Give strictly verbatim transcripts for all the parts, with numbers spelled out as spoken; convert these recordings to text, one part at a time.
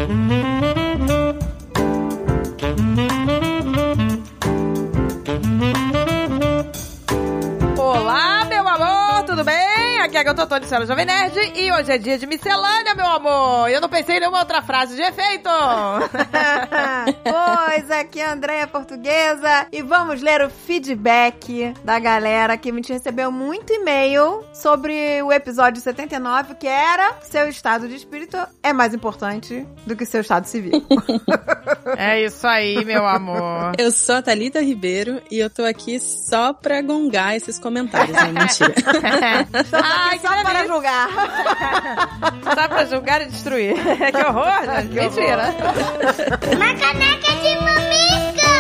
Olá, meu amor, tudo bem? Aqui é a Totô de Senhora Jovem Nerd e hoje é dia de miscelânea, meu amor. Eu não pensei em nenhuma outra frase de efeito. Pois, aqui é a Andréia Portuguesa e vamos ler o feedback da galera que me recebeu muito e-mail sobre o episódio setenta e nove, que era seu estado de espírito é mais importante do que seu estado civil. É isso aí, meu amor. Eu sou a Thalita Ribeiro e eu tô aqui só pra gongar esses comentários, né? Mentira. Ai, só para delícia. julgar. Só pra julgar e destruir. Que horror, né? Que Mentira. horror. Uma caneca de mamica!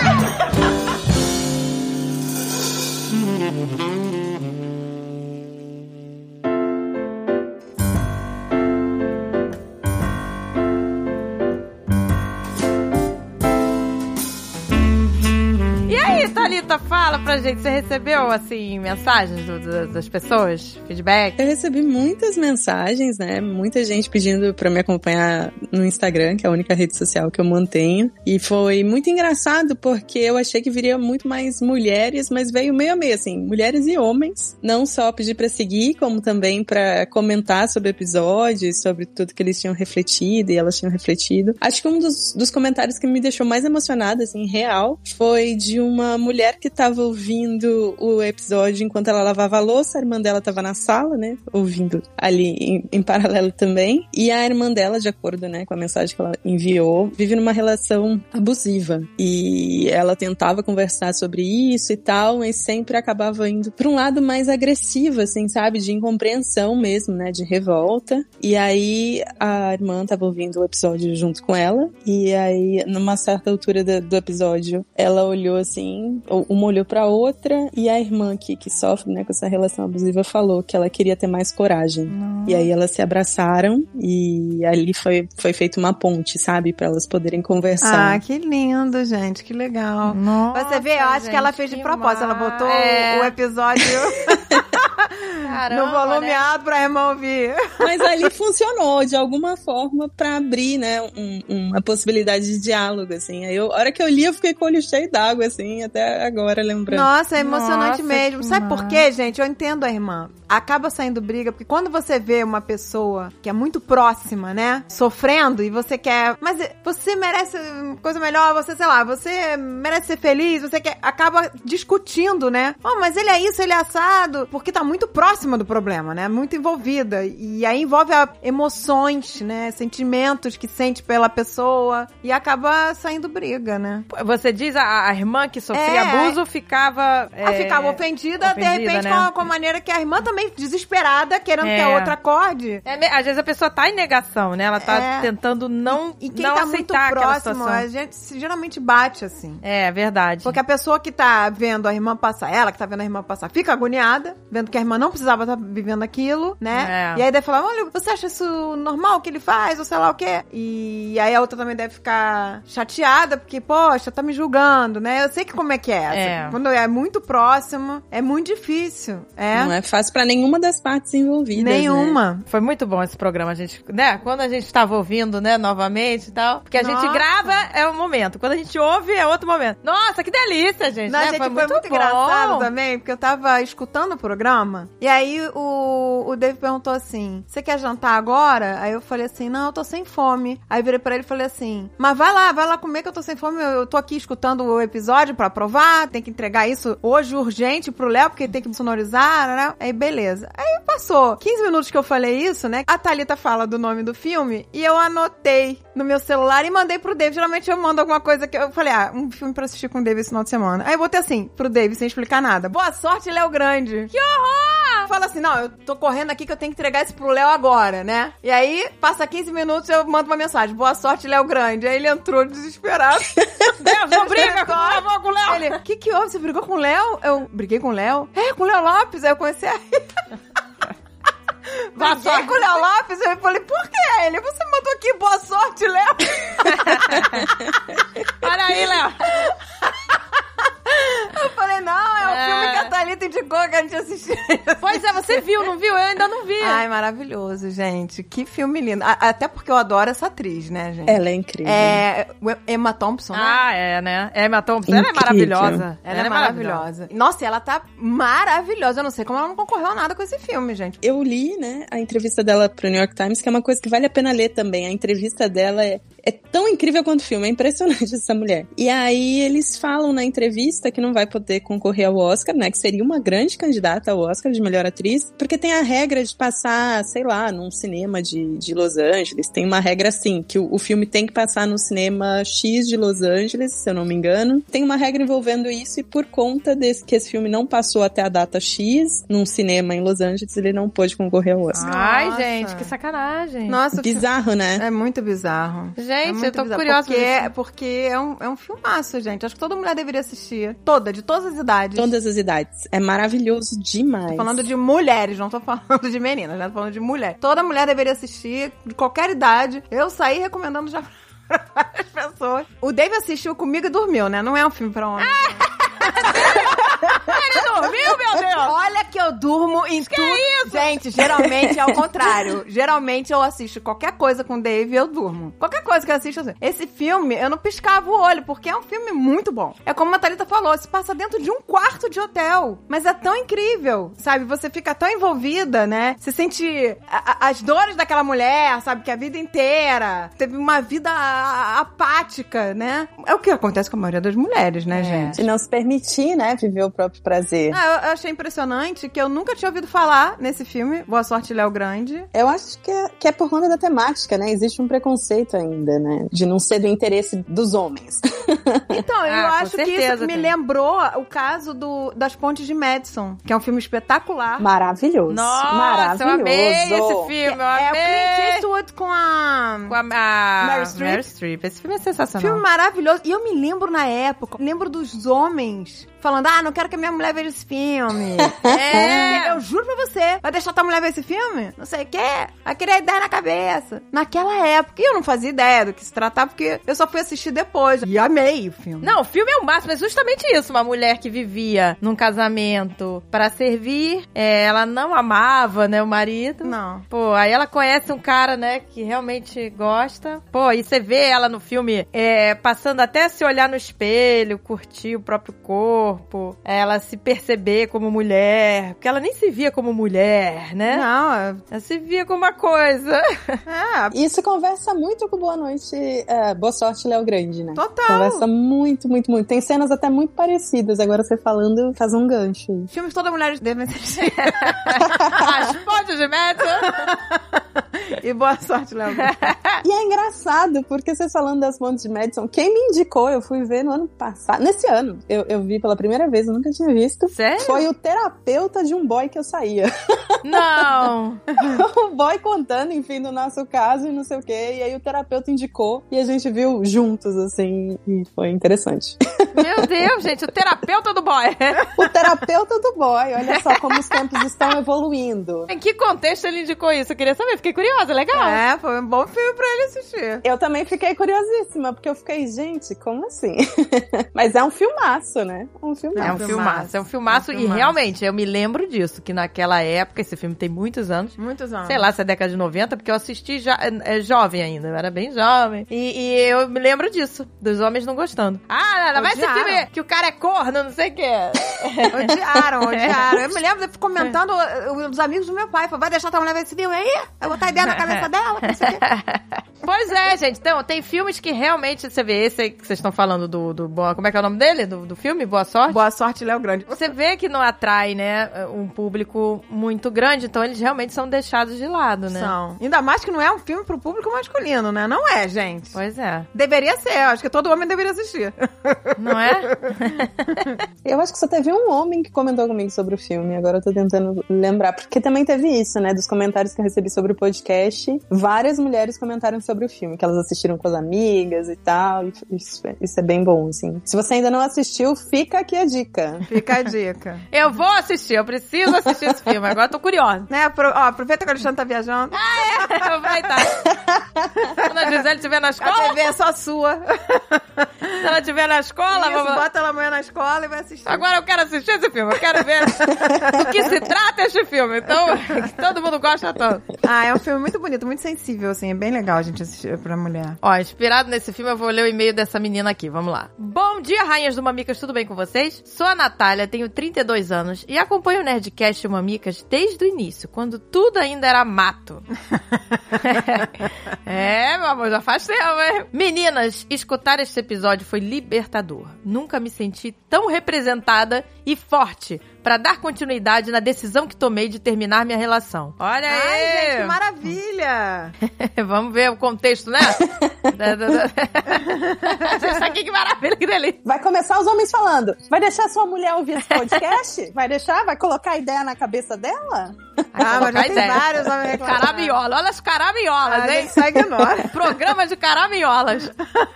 E aí, Thalita, fala pra gente, você recebeu, assim, mensagens do, do, das pessoas? Feedback? Eu recebi muitas mensagens, né? Muita gente pedindo pra me acompanhar no Instagram, que é a única rede social que eu mantenho. E foi muito engraçado, porque eu achei que viria muito mais mulheres, mas veio meio a meio, assim, mulheres e homens. Não só pedir pra seguir, como também pra comentar sobre episódios, sobre tudo que eles tinham refletido e elas tinham refletido. Acho que um dos, dos comentários que me deixou mais emocionada, assim, real, foi de uma mulher que tava ouvindo o episódio enquanto ela lavava a louça. A irmã dela tava na sala, né, ouvindo ali em, em paralelo também. E a irmã dela, de acordo, né, com a mensagem que ela enviou, vive numa relação abusiva. E ela tentava conversar sobre isso e tal, mas sempre acabava indo pra um lado mais agressivo, assim, sabe, de incompreensão mesmo, né, de revolta. E aí a irmã tava ouvindo o episódio junto com ela. E aí, numa certa altura do, do episódio, ela olhou assim, uma olhou pra outra, e a irmã aqui, que sofre, né, com essa relação abusiva, falou que ela queria ter mais coragem. Não. E aí elas se abraçaram, e ali foi, foi feita uma ponte, sabe, pra elas poderem conversar. Ah, que lindo, gente, que legal. Nossa, você vê, eu acho gente, que ela fez de propósito, ela botou é. o episódio Caramba, no volume né? alto pra irmã ouvir. Mas ali funcionou, de alguma forma, pra abrir, né, um, uma possibilidade de diálogo, assim. Aí, eu, a hora que eu li, eu fiquei com o olho cheio d'água, assim, até agora, lembrando. Nossa, é emocionante Nossa, mesmo. Sabe massa. por quê, gente? Eu entendo a irmã. Acaba saindo briga, porque quando você vê uma pessoa que é muito próxima, né, sofrendo, e você quer... Mas você merece coisa melhor, você, sei lá, você merece ser feliz, você quer... Acaba discutindo, né? Oh, mas ele é isso, ele é assado, porque tá muito próxima do problema, né? Muito envolvida. E aí envolve a, emoções, né? Sentimentos que sente pela pessoa, e acaba saindo briga, né? Você diz a, a irmã que sofria É. abuso ficava... Ela é, ficava ofendida, ofendida, de repente, né? com, a, com a maneira que a irmã também desesperada, querendo É. que a outra acorde. É, às vezes a pessoa tá em negação, né? Ela tá É. tentando não, E quem não tá muito aceitar aquela próximo, situação. a gente se- geralmente bate, assim. É, verdade. Porque a pessoa que tá vendo a irmã passar, ela que tá vendo a irmã passar, fica agoniada, vendo que a irmã não precisava estar vivendo aquilo, né? É. E aí deve falar, olha, você acha isso normal que ele faz, ou sei lá o quê? E aí a outra também deve ficar chateada, porque, poxa, tá me julgando, né? Eu sei que como é que é. É. Quando é muito próximo, é muito difícil. É. Não é fácil pra nenhuma das partes envolvidas, né? Nenhuma. Foi muito bom esse programa, a gente, né? Quando a gente tava ouvindo, né, novamente e tal. Porque a Nossa. gente grava é um momento, quando a gente ouve é outro momento. Nossa, que delícia, gente. Não, né? gente, foi, foi muito, muito bom. engraçado também, porque eu tava escutando o programa, e aí o, o Dave perguntou assim, você quer jantar agora? Aí eu falei assim, não, eu tô sem fome. Aí eu virei pra ele e falei assim, mas vai lá, vai lá comer que eu tô sem fome, eu, eu tô aqui escutando o episódio pra provar, tem que entregar isso hoje urgente pro Léo, porque tem que sonorizar, né? Aí beleza. Aí passou quinze minutos que eu falei isso, né? A Thalita fala do nome do filme, e eu anotei no meu celular e mandei pro Dave. Geralmente eu mando alguma coisa que eu falei, ah, um filme pra assistir com o Dave esse final de semana. Aí eu botei assim, pro Dave, sem explicar nada. Boa sorte, Léo Grande. Que horror! Fala assim, não, eu tô correndo aqui que eu tenho que entregar isso pro Léo agora, né? E aí, passa quinze minutos, eu mando uma mensagem. Boa sorte, Léo Grande. Aí ele entrou desesperado. Deus, não briga com o Léo, com o Léo. Ele, o que que houve? Você brigou com o Léo? Eu briguei com o Léo? É, com o Léo Lopes. Aí eu comecei a rir. Boa Briguei sorte. com o Léo Lopes. Eu falei, por que? Ele, você mandou aqui, boa sorte, Léo. Olha aí, Léo. Eu falei, não, é o É. filme que a Thalita indicou que a gente assistiu. Pois é, você viu, não viu? Eu ainda eu não vi. Ai, maravilhoso, gente. Que filme lindo. A- até porque eu adoro essa atriz, né, gente? Ela é incrível. É o Emma Thompson, né? Ah, é, né? É Emma Thompson. Ela é Incrível. maravilhosa. Ela, é maravilhosa. Nossa, e ela tá maravilhosa. Eu não sei como ela não concorreu a nada com esse filme, gente. Eu li, né, a entrevista dela pro New York Times, que é uma coisa que vale a pena ler também. A entrevista dela é, é tão incrível quanto o filme. É impressionante essa mulher. E aí eles falam na entrevista que não vai poder concorrer ao Oscar, né, que seria uma grande candidata ao Oscar de melhor atriz, porque tem a regra de passar, sei lá, num cinema de, de Los Angeles. Tem uma regra assim, que o, o filme tem que passar no cinema X de Los Angeles, se eu não me engano. Tem uma regra envolvendo isso e por conta desse que esse filme não passou até a data X num cinema em Los Angeles, ele não pôde concorrer ao Oscar. Ai, Nossa. gente, que sacanagem. Nossa, Bizarro, né? é muito bizarro. Gente, É muito eu tô bizarro, curiosa. Porque, pra ver. porque é, um, é um filmaço, gente. Acho que toda mulher deveria assistir. Toda, de todas as idades. Todas as idades. É maravilhoso demais. Tô falando de mulheres, não tô falando de meninas, né? Tô falando de mulher. Toda mulher deveria assistir, de qualquer idade. Eu saí recomendando já pra várias pessoas. O Dave assistiu comigo e dormiu, né? Não é um filme pra homem. Ele dormiu, meu Deus? Olha que eu durmo em tudo. Isso? Gente, geralmente é ao contrário. Geralmente eu assisto qualquer coisa com o Dave e eu durmo. Qualquer coisa que eu assisto, assim. Esse filme, eu não piscava o olho, porque é um filme muito bom. É como a Thalita falou, se passa dentro de um quarto de hotel. Mas é tão incrível, sabe? Você fica tão envolvida, né? Você sente a- a- as dores daquela mulher, sabe? Que a vida inteira teve uma vida a- apática, né? É o que acontece com a maioria das mulheres, né, gente? De não se permitir, né, viver o próprio prazer. Ah, eu, eu achei impressionante que eu nunca tinha ouvido falar nesse filme, Boa Sorte, Léo Grande. Eu acho que é, que é por conta da temática, né? Existe um preconceito ainda, né? De não ser do interesse dos homens. Então, eu Ah, com acho que isso certeza me tem. lembrou o caso do, das Pontes de Madison, que é um filme espetacular. Maravilhoso. Nossa, Maravilhoso. eu amei esse filme, eu É o amei. Clint Eastwood com a... Com a, a Meryl Streep. Meryl Streep. Esse filme é sensacional. Filme maravilhoso. E eu me lembro na época, lembro dos homens falando, ah, não quero que a minha mulher veja esse filme. É. Eu juro pra você, vai deixar tua mulher ver esse filme? Não sei o quê. Vai criar ideia na cabeça. Naquela época, e eu não fazia ideia do que se tratava, porque eu só fui assistir depois. E amei o filme. Não, o filme é o máximo, é justamente isso. Uma mulher que vivia num casamento pra servir, é, ela não amava, né, o marido. Não. Pô, aí ela conhece um cara, né, que realmente gosta. Pô, e você vê ela no filme é, passando até a se olhar no espelho, curtir o próprio corpo, ela se perceber como mulher, porque ela nem se via como mulher, né? Não, é... Ela se via como uma coisa. é Isso conversa muito com Boa Noite, é, Boa Sorte, Léo Grande, né? total. Conversa muito, muito, muito. Tem cenas até muito parecidas. Agora você falando faz um gancho aí. Filmes toda mulher devem assistir. As pontes de Madison. E boa sorte, Léo. E é engraçado, porque vocês falando das Pontes de Madison, quem me indicou, eu fui ver no ano passado, nesse ano, eu, eu vi pela primeira vez, eu nunca tinha visto. Sério? Foi o terapeuta de um boy que eu saía. Não. O boy contando, enfim, do nosso caso e não sei o quê, e aí o terapeuta indicou, e a gente viu juntos, assim, e foi interessante. Meu Deus, gente, o terapeuta do boy. O terapeuta do boy, olha só como os tempos estão evoluindo. Em que contexto ele indicou isso? Eu queria saber, fiquei curiosa, legal. É, foi um bom filme pra ele assistir. Eu também fiquei curiosíssima, porque eu fiquei, gente, como assim? Mas é um filmaço, né? Um filmaço. É um filmaço, é um filmaço, É um e filmaço. realmente, eu me lembro disso, que naquela época, esse filme tem muitos anos, Muitos anos. sei lá, se é década de noventa, porque eu assisti já, é, é, jovem ainda, eu era bem jovem, e, e eu me lembro disso, dos homens não gostando. Ah, Nana, vai esse Odiaram. filme que o cara é corno, não sei o quê. Odiaram, odiaram. Eu me lembro de comentando uh, os amigos do meu pai. Falei, vai deixar tua mulher ver esse filme aí? Vai botar ideia na cabeça dela? Não sei o quê. Pois é, gente, então, tem filmes que realmente, você vê, esse aí que vocês estão falando do, do Boa, como é que é o nome dele, do, do filme, Boa Sorte? Boa sorte, Léo Grande. Você vê que não atrai, né, um público muito grande, então eles realmente são deixados de lado, né? São. Ainda mais que não é um filme pro público masculino, né? Não é, gente. Pois é. Deveria ser. Eu acho que todo homem deveria assistir. Não é? Eu acho que só teve um homem que comentou comigo sobre o filme, agora eu tô tentando lembrar, porque também teve isso, né, dos comentários que eu recebi sobre o podcast, várias mulheres comentaram sobre o filme, que elas assistiram com as amigas e tal, e isso, isso é bem bom, assim. Se você ainda não assistiu, fica aqui a dica. Fica a dica. Eu vou assistir, eu preciso assistir esse filme, agora eu tô curiosa. Né? Apro- ó, aproveita que o Alexandre tá viajando. Eu vou aproveitar. Quando a Gisele estiver na A escola, T V é só sua. Se ela estiver na escola, Isso, vamos... bota ela amanhã na escola e vai assistir. Agora eu quero assistir esse filme, eu quero ver do que se trata esse filme. Então, todo mundo gosta tanto. Ah, é um filme muito bonito, muito sensível, assim. É bem legal a gente assistir pra mulher. Ó, inspirado nesse filme, eu vou ler o e-mail dessa menina aqui. Vamos lá. Bom dia, rainhas do Mamicas, tudo bem com vocês? Sou a Natália, tenho trinta e dois anos e acompanho o Nerdcast e o Mamicas desde o início, quando tudo ainda era mato. É, meu amor, já faz tempo, hein? Meninas, escutar este episódio foi libertador. Nunca me senti tão representada e forte pra dar continuidade na decisão que tomei de terminar minha relação. Olha aí! Ai, gente, que maravilha! Vamos ver o contexto, né? Isso aqui, que maravilha, que delícia. Vai começar os homens falando. Vai deixar sua mulher ouvir esse podcast? Vai deixar? Vai colocar a ideia na cabeça dela? Ah, mas já tem ideia. vários homens reclamando. Carabiola, olha as carabiolas, Ah, hein? só ignora. Programa de carabiolas.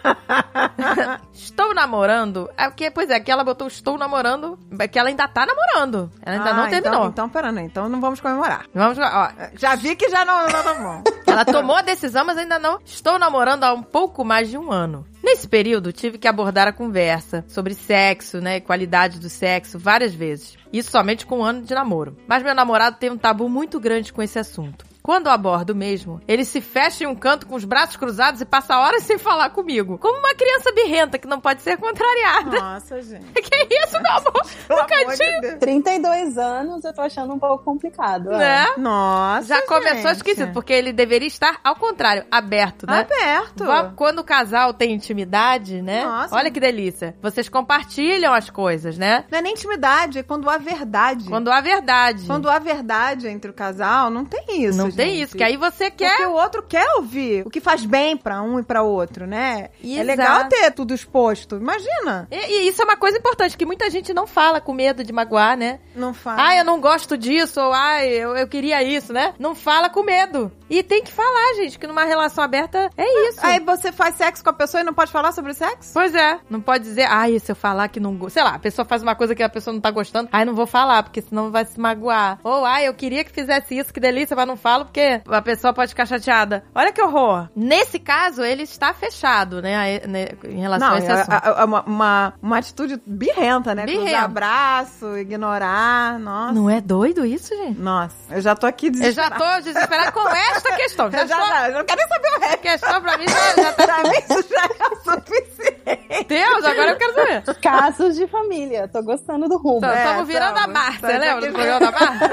Estou namorando. É porque, pois é, que ela botou estou namorando, que ela ainda tá namorando. Ela ainda Ah, não terminou. Então, então, pera, né? Então não vamos comemorar. Vamos, ó. Já vi que já não, não tá bom. Ela tomou a decisão, mas ainda não. Estou namorando há um pouco mais de um ano. Nesse período, tive que abordar a conversa sobre sexo, né, qualidade do sexo, várias vezes. Isso somente com um ano de namoro. Mas meu namorado tem um tabu muito grande com esse assunto. Quando eu abordo mesmo, ele se fecha em um canto com os braços cruzados e passa horas sem falar comigo. Como uma criança birrenta que não pode ser contrariada. Nossa, gente. Que isso, meu amor? Pelo No amor de cantinho. Deus. trinta e dois anos, eu tô achando um pouco complicado. ó. Né? Nossa, Já começou gente. esquisito, porque ele deveria estar ao contrário, aberto, né? Aberto. Va- Quando o casal tem intimidade, né? Nossa. Olha que delícia. Vocês compartilham as coisas, né? Não é nem intimidade, é quando há verdade. Quando há verdade. Quando há verdade entre o casal, não tem isso, Não tem gente. isso, que aí você Porque quer... o outro quer ouvir o que faz bem pra um e pra outro, né? Exato. É legal ter tudo exposto. Imagina. E, e isso é uma coisa importante, que muita gente não fala com medo de magoar, né? Não faz. Ah, eu não gosto disso, ou ah, eu, eu queria isso, né? Não fala com medo. E tem que falar, gente, que numa relação aberta é isso. Aí você faz sexo com a pessoa e não pode falar sobre sexo? Pois é, não pode dizer, ai, se eu falar que não gosto. Sei lá, a pessoa faz uma coisa que a pessoa não tá gostando, ai, não vou falar, porque senão vai se magoar. Ou, ai, eu queria que fizesse isso, que delícia, mas não falo, porque a pessoa pode ficar chateada. Olha que horror. Nesse caso, ele está fechado, né, a- né, em relação Não, a esse é, assunto. é- é uma, uma, uma atitude birrenta, né? Birrenta. Cruzar braço, ignorar, nossa. Não é doido isso, gente? Nossa, eu já tô aqui Eu já desesperada. tô desesperada com esta questão. Já Eu já, estou... já, eu não quero nem saber o A resto. questão pra mim já, já tá... Pra mim isso já é o suficiente. Deus, agora eu quero saber. Casos de família. Tô gostando do rumo. Estamos É, virando a tamo. Márcia, Tá, lembra já do que- programa da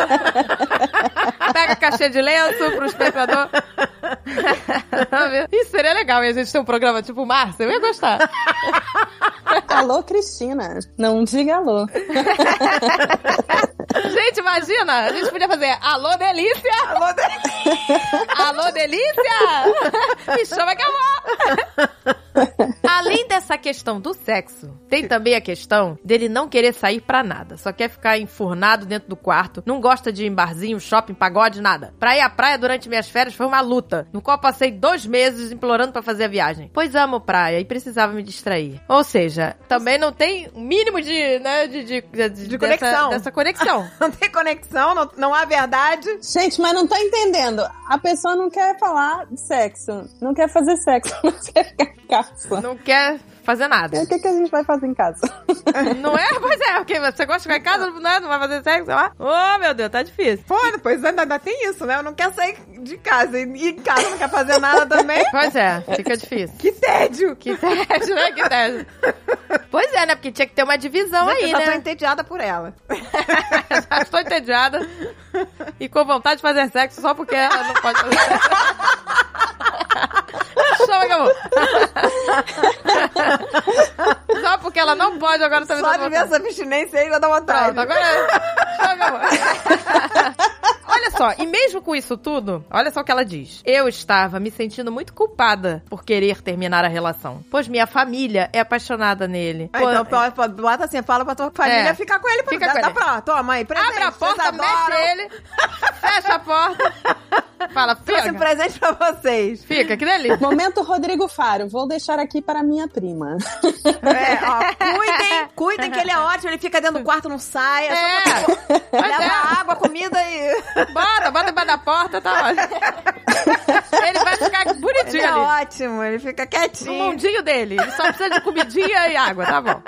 Márcia? Pega a caixinha de lenço pro espectador. Isso seria legal, hein? A gente ter um programa tipo Márcia. Eu ia gostar. Alô, Cristina. Não diga alô. Gente, imagina! A gente podia fazer Alô, Delícia! Alô, delícia. Alô, Delícia! Me chama que eu vou! Além dessa questão do sexo, tem também a questão dele não querer sair pra nada. Só quer ficar enfurnado dentro do quarto. Não gosta de ir em barzinho, shopping, pagode, nada. Pra ir à praia durante minhas férias foi uma luta, no qual passei dois meses implorando pra fazer a viagem. Pois amo praia e precisava me distrair. Ou seja, também não tem um mínimo de, né, de, de, de, De dessa- conexão. Dessa conexão. Não tem conexão, não, não há verdade. Gente, mas não tô entendendo. A pessoa não quer falar de sexo. Não quer fazer sexo. Não quer ficar em casa. Não quer fazer nada. E o que, que a gente vai fazer em casa? Não é? Pois é, porque você gosta de ficar em casa, não, é? Não vai fazer sexo, sei lá. Oh, meu Deus, tá difícil. Pô, pois ainda, ainda tem isso, né? Eu não quero sair de casa. E e em casa não quer fazer nada também. Pois é, fica difícil. Que tédio. Que tédio, né? Que tédio. Pois é, né? Porque tinha que ter uma divisão Já- aí, já tô né? entediada por ela. Já estou entediada e com vontade de fazer sexo só porque ela não pode fazer sexo. Chama, acabou. Só porque ela não pode, agora tá me Só dando de ver vontade. essa abstinência aí já dá vontade. Pronto, agora chama, acabou. Olha só, e mesmo com isso tudo, olha só o que ela diz. Eu estava me sentindo muito culpada por querer terminar a relação, pois minha família é apaixonada nele. Ah, Pô, então, pô, pô, bota assim, fala pra tua família É. ficar com ele. Pra, Fica dá, com dá ele. pra, toma aí, presente, abre a porta, vocês mexe adoram. ele, fecha a porta. Fala, Trouxe um fica. presente pra vocês. Fica, que delícia. Momento Rodrigo Faro, vou deixar aqui para minha prima. É, ó, cuidem, cuidem que ele é ótimo, ele fica dentro do quarto, não sai. É, É. só pra- Mas leva é. água, comida e... Bota, bota embaixo da porta, tá ótimo. Ele vai ficar Ele bonitinho é ali. ótimo, ele fica No quietinho. mundinho dele. Ele só precisa de comidinha e água, tá bom.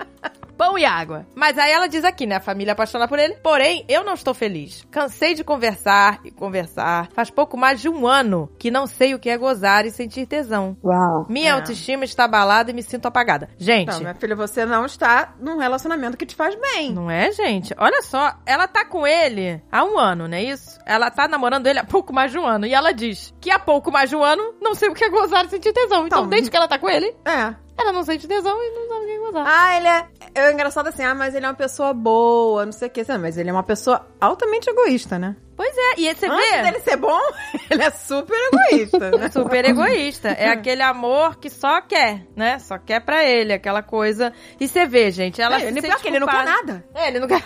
Pão e água. Mas aí ela diz aqui, né? A família apaixona por ele. Porém, eu não estou feliz. Cansei de conversar e conversar. Faz pouco mais de um ano que não sei o que é gozar e sentir tesão. Uau. Minha É. autoestima está abalada e me sinto apagada. Gente, Então, minha filha, você não está num relacionamento que te faz bem. não é, gente? Olha só, ela tá com ele há um ano, não é isso? Ela tá namorando ele há pouco mais de um ano. E ela diz que há pouco mais de um ano não sei o que é gozar e sentir tesão. Então, Então, desde que ela tá com ele, É. ela não sente tesão e não sabe o que é gozar. Ah, ele é... É engraçado assim, ah, mas ele é uma pessoa boa, não sei o que. Mas ele é uma pessoa altamente egoísta, né? Pois é, e aí você Antes vê... dele ser bom, ele é super egoísta, né? Super egoísta. É aquele amor que só quer, né? Só quer pra ele, aquela coisa. E você vê, gente, ela É, se ele, sente pior que ele não quer culpada. nada. É, ele não quer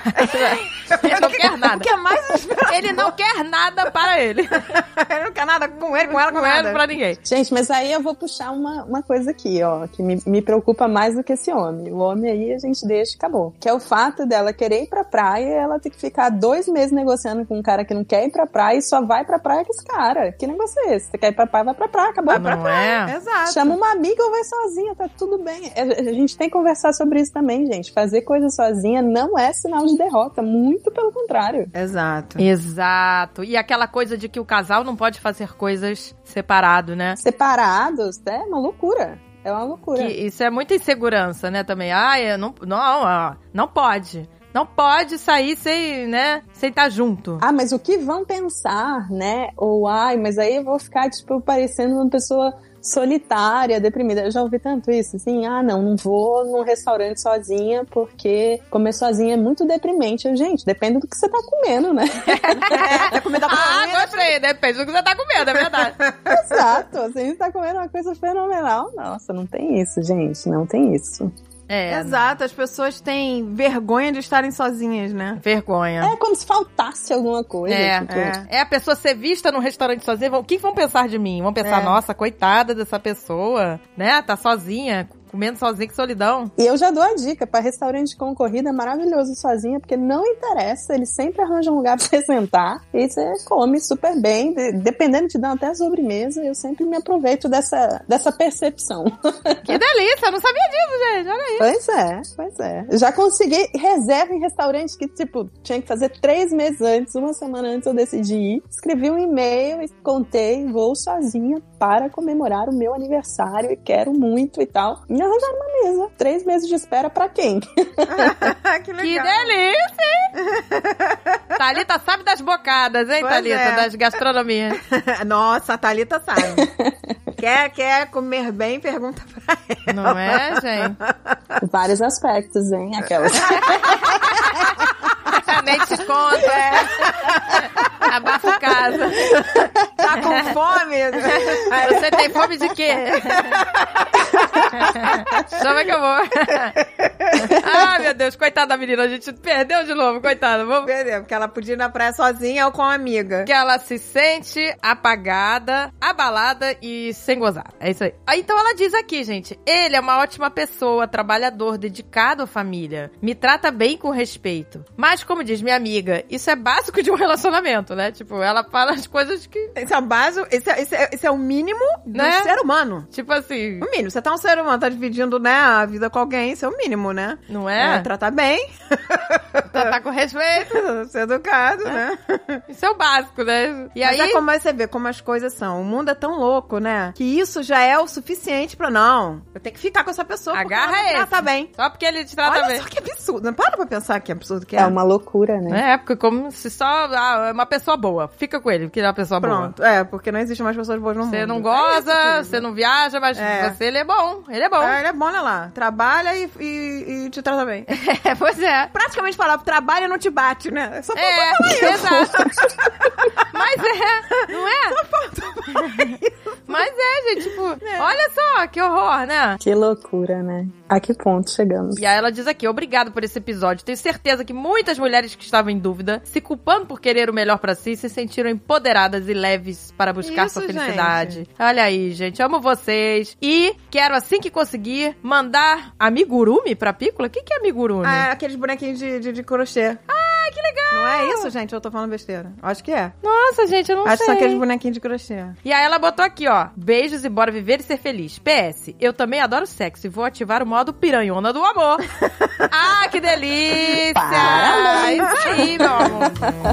Ele não quer nada. O que é mais... Ele não quer nada para ele. ele não quer nada com ele, com ela, com Não é nada. pra ninguém. Gente, mas aí eu vou puxar uma, uma coisa aqui, ó, que me, me preocupa mais do que esse homem. O homem aí a gente deixa e acabou. Que é o fato dela querer ir pra praia e ela ter que ficar dois meses negociando com um cara que não quer ir pra praia e só vai pra praia com esse cara. Que negócio é esse? Você quer ir pra praia, vai pra praia, acabou. Não é? Exato. Chama uma amiga ou vai sozinha, tá tudo bem. A gente tem que conversar sobre isso também, gente. Fazer coisa sozinha não é sinal de derrota, muito pelo contrário. Exato. Exato. E aquela coisa de que o casal não pode fazer coisas separado, né? Separados, é uma loucura. É uma loucura. Que isso é muita insegurança, né, também. Ah, eu não, não, ó, não pode. Não pode sair sem, né, sem estar junto. Ah, mas o que vão pensar, né? Ou, ai, mas aí eu vou ficar, tipo, parecendo uma pessoa solitária, deprimida. Eu já ouvi tanto isso, assim, ah, não, não vou num restaurante sozinha porque comer sozinha é muito deprimente. Eu, gente, depende do que você tá comendo, né? É, comida boa. Ah, gostei, depende do que você tá comendo, é verdade. Exato, assim, você tá comendo uma coisa fenomenal. Nossa, não tem isso, gente, não tem isso. É, Exato, as pessoas têm vergonha de estarem sozinhas, né? vergonha. É como se faltasse alguma coisa. É, tipo, é. é a pessoa ser vista num restaurante sozinha. vão- O que vão pensar de mim? Vão pensar, É. nossa, coitada dessa pessoa, né? Tá sozinha, comendo sozinha, que solidão. E eu já dou a dica, para restaurante concorrido é maravilhoso sozinha, porque não interessa, eles sempre arranjam um lugar pra você sentar e você come super bem, de- dependendo, te dão até sobremesa, eu sempre me aproveito dessa, dessa percepção. Que delícia, eu não sabia disso, gente, olha aí. Pois é, pois é. Já consegui reserva em restaurante que, tipo, tinha que fazer três meses antes, uma semana antes eu decidi ir, escrevi um e-mail e contei, vou sozinha para comemorar o meu aniversário e quero muito e tal. E arranjaram uma mesa. Três meses de espera pra quem? que Que legal. delícia, hein? Thalita sabe das bocadas, hein, Pois Thalita? é. Das gastronomias. Nossa, a Thalita sabe. quer, quer comer bem, pergunta pra ela. Não é, gente? Vários aspectos, hein? Aquelas. Nem te conta, é. Abafa casa. Tá com fome? Você tem fome de quê? Chama que eu vou. Ai, meu Deus, coitada da menina, a gente perdeu de novo, coitada. Vamos... Entendeu? Porque ela podia ir na praia sozinha ou com uma amiga. Que ela se sente apagada, abalada e sem gozar. É isso aí. Aí, então ela diz aqui, gente, ele é uma ótima pessoa, trabalhador, dedicado à família. Me trata bem com respeito. Mas, como diz minha amiga, isso é básico de um relacionamento, né? Tipo, ela fala as coisas que... Esse é o básico, esse é, esse é, esse é o mínimo do Né? ser humano. Tipo assim, O mínimo. Você tá um ser humano, tá dividindo, né, a vida com alguém, isso é o mínimo, né? não é? tratar bem, Tratar com respeito. ser educado, né? Isso é o básico, né? E Mas aí... é como você vê como as coisas são. O mundo é tão louco, né? Que isso já é o suficiente pra não. Eu tenho que ficar com essa pessoa Agarra porque ela me esse. trata bem. Só porque ele te trata Olha bem. só que absurdo. Não para pra pensar que absurdo que é. É uma loucura, né? É, porque como se só... Ah, é uma pessoa boa. Fica com ele, porque ele é uma pessoa boa. Pronto. É, porque não existe mais pessoas boas no mundo. Você não É goza, isso, você não viaja, mas É. você, ele é bom. Ele é bom. É, ele é bom, olha lá. Trabalha e, e, e te trata bem. É, pois é. Praticamente falar, trabalha e não te bate, né? Só É, exato. Mas é, não é? Só falta Mas é, gente, tipo, é. olha só, que horror, né? Que loucura, né? A que ponto chegamos? E aí ela diz aqui, obrigado por esse episódio. Tenho certeza que muitas mulheres que estavam em dúvida, se culpando por querer o melhor pra si, se sentiram empoderadas e leves para buscar Isso, sua felicidade. gente. Olha aí, gente, amo vocês. E quero, assim que conseguir, mandar amigurumi pra Piccola. O que, que é amigurumi? Ah, aqueles bonequinhos de, de, de crochê. Ah, que legal! Não é isso, gente? Eu tô falando besteira. Acho que é. Nossa, gente, eu não Acho sei. que são aqueles bonequinhos de crochê. E aí ela botou aqui, ó. Beijos e bora viver e ser feliz. P S. Eu também adoro sexo e vou ativar o modo piranhona do amor. Ah, que delícia! Parabéns! Isso aí, meu amor.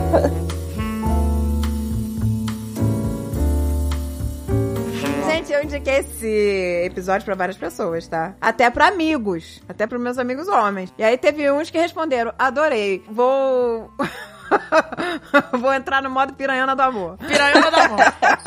Gente, eu indiquei esse episódio pra várias pessoas, tá? Até pra amigos. Até pros meus amigos homens. E aí teve uns que responderam, adorei. Vou... Vou entrar no modo piranhona do amor. Piranhona do amor.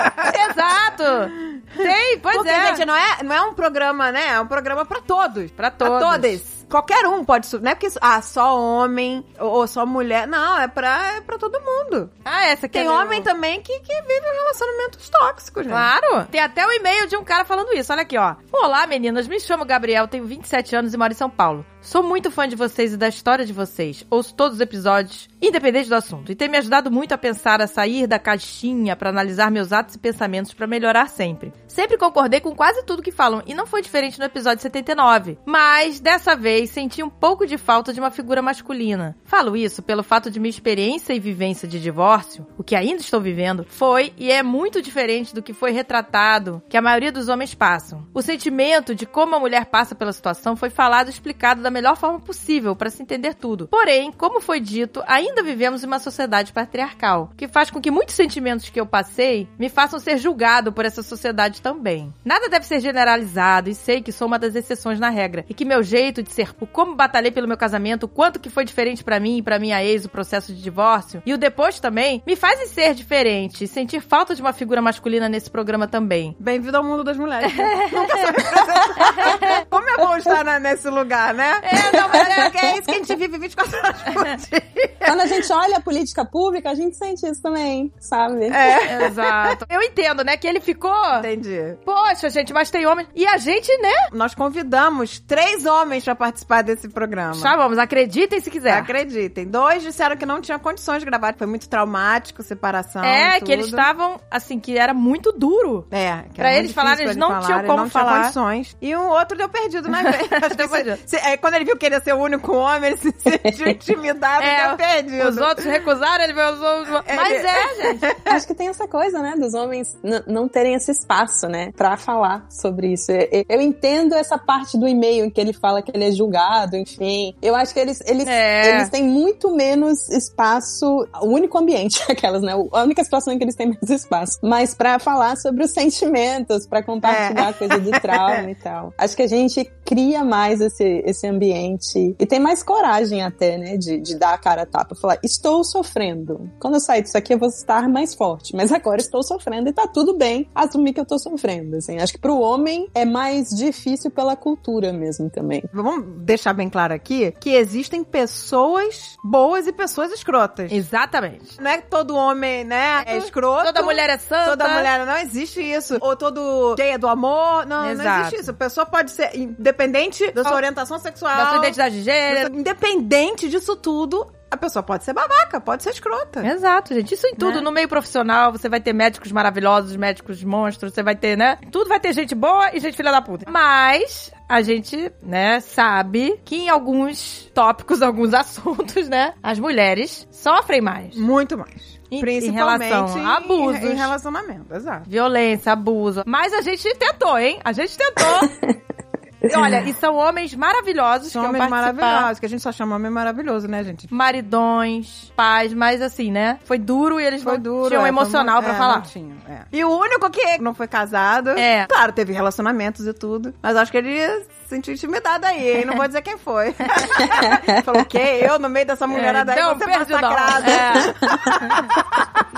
Exato! Tem, pois Porque, é. gente, não é, não é um programa, né? É um programa pra todos. Pra todos. Pra todas. Qualquer um pode subir. Não é porque, ah, só homem ou, ou só mulher. Não, é pra, é pra todo mundo. Ah, essa aqui Tem é homem meu... também que, que vive relacionamentos tóxicos, gente. Claro. Tem até o e-mail de um cara falando isso. Olha aqui, ó. Olá, meninas. Me chamo Gabriel, tenho vinte e sete anos e moro em São Paulo. Sou muito fã de vocês e da história de vocês. Ouço todos os episódios, independente do assunto. E tem me ajudado muito a pensar, a sair da caixinha pra analisar meus atos e pensamentos pra melhorar sempre. Sempre concordei com quase tudo que falam. E não foi diferente no episódio setenta e nove. Mas, dessa vez, senti um pouco de falta de uma figura masculina. Falo isso pelo fato de minha experiência e vivência de divórcio, o que ainda estou vivendo, foi e é muito diferente do que foi retratado, que a maioria dos homens passam. O sentimento de como a mulher passa pela situação foi falado e explicado da melhor forma possível para se entender tudo. Porém, como foi dito, ainda vivemos em uma sociedade patriarcal, que faz com que muitos sentimentos que eu passei me façam ser julgado por essa sociedade também. Nada deve ser generalizado e sei que sou uma das exceções na regra e que meu jeito de ser, o como batalhei pelo meu casamento, o quanto que foi diferente pra mim e pra minha ex o processo de divórcio e o depois também, me fazem ser diferente e sentir falta de uma figura masculina nesse programa também. Bem-vindo ao mundo das mulheres. Nunca soube representar. Como é bom estar na, nesse lugar, né? É, não, mas é, é isso que a gente vive vinte e quatro horas por dia. Quando a gente olha a política pública, a gente sente isso também, sabe? É. Exato. Eu entendo, né, que ele ficou... Entendi. Poxa, gente, mas tem homem... E a gente, né? Nós convidamos três homens pra participar desse programa. Chamamos, acreditem se quiser. Acreditem. Dois disseram que não tinham condições de gravar, foi muito traumático, separação. É, tudo. que eles estavam, assim, que era muito duro. É, que pra era eles muito falarem, difícil eles pra não ele tinham falar, como não falar. Tinha condições. E um outro deu perdido, né? Deu perdido. Se, é, quando ele viu que ele ia ser o único homem, ele se sentiu intimidado É, e deu perdido. Os outros recusaram, ele veio os outros... É, Mas ele- é, gente. Acho que tem essa coisa, né, dos homens n- não terem esse espaço, né, pra falar sobre isso. Eu, eu entendo essa parte do e-mail em que ele fala que ele é julgado, enfim. Eu acho que eles, eles, É. eles têm muito menos espaço, o único ambiente, aquelas, né, a única situação em que eles têm menos espaço. Mas pra falar sobre os sentimentos, pra compartilhar É. coisa de trauma e tal. Acho que a gente cria mais esse, esse ambiente e tem mais coragem até, né, de, de dar a cara a tapa. Falar, estou sofrendo. Quando eu sair disso aqui, eu vou estar mais forte. Mas agora estou sofrendo e tá tudo bem assumir que eu tô sofrendo, assim. Acho que pro homem é mais difícil pela cultura mesmo também. Vamos deixar bem claro aqui que existem pessoas boas e pessoas escrotas. Exatamente. Não é que todo homem, né, é escroto. Toda mulher é santa. Toda mulher não existe isso. Ou todo gay é do amor. Não, não Exato. existe isso. A pessoa pode ser independente da sua orientação sexual. Da sua identidade de gênero. Independente disso tudo, a pessoa pode ser babaca, pode ser escrota. Exato, gente. Isso em tudo. Né? No meio profissional, você vai ter médicos maravilhosos, médicos monstros, você vai ter, né? Tudo vai ter gente boa e gente filha da puta. Mas a gente, né, sabe que em alguns tópicos, alguns assuntos, né, as mulheres sofrem mais. Muito mais. Em- Principalmente em relação a abusos. Em, em relacionamento, exato. Violência, abuso. Mas a gente tentou, hein? A gente tentou. E olha, e são homens maravilhosos São que homens vão participar. maravilhosos, que a gente só chama homem maravilhoso, né, gente? Maridões, pais, mas assim, né? Foi duro e eles Foi não duro. tinham é, emocional foi, pra é, falar. não tinha, é. E o único que não foi casado, É. claro, teve relacionamentos e tudo, mas acho que ele se sentiu intimidado aí, hein? Não vou dizer quem foi. Falou, o quê? Eu no meio dessa mulherada É, aí, deu um você perdidão. massacrada. É.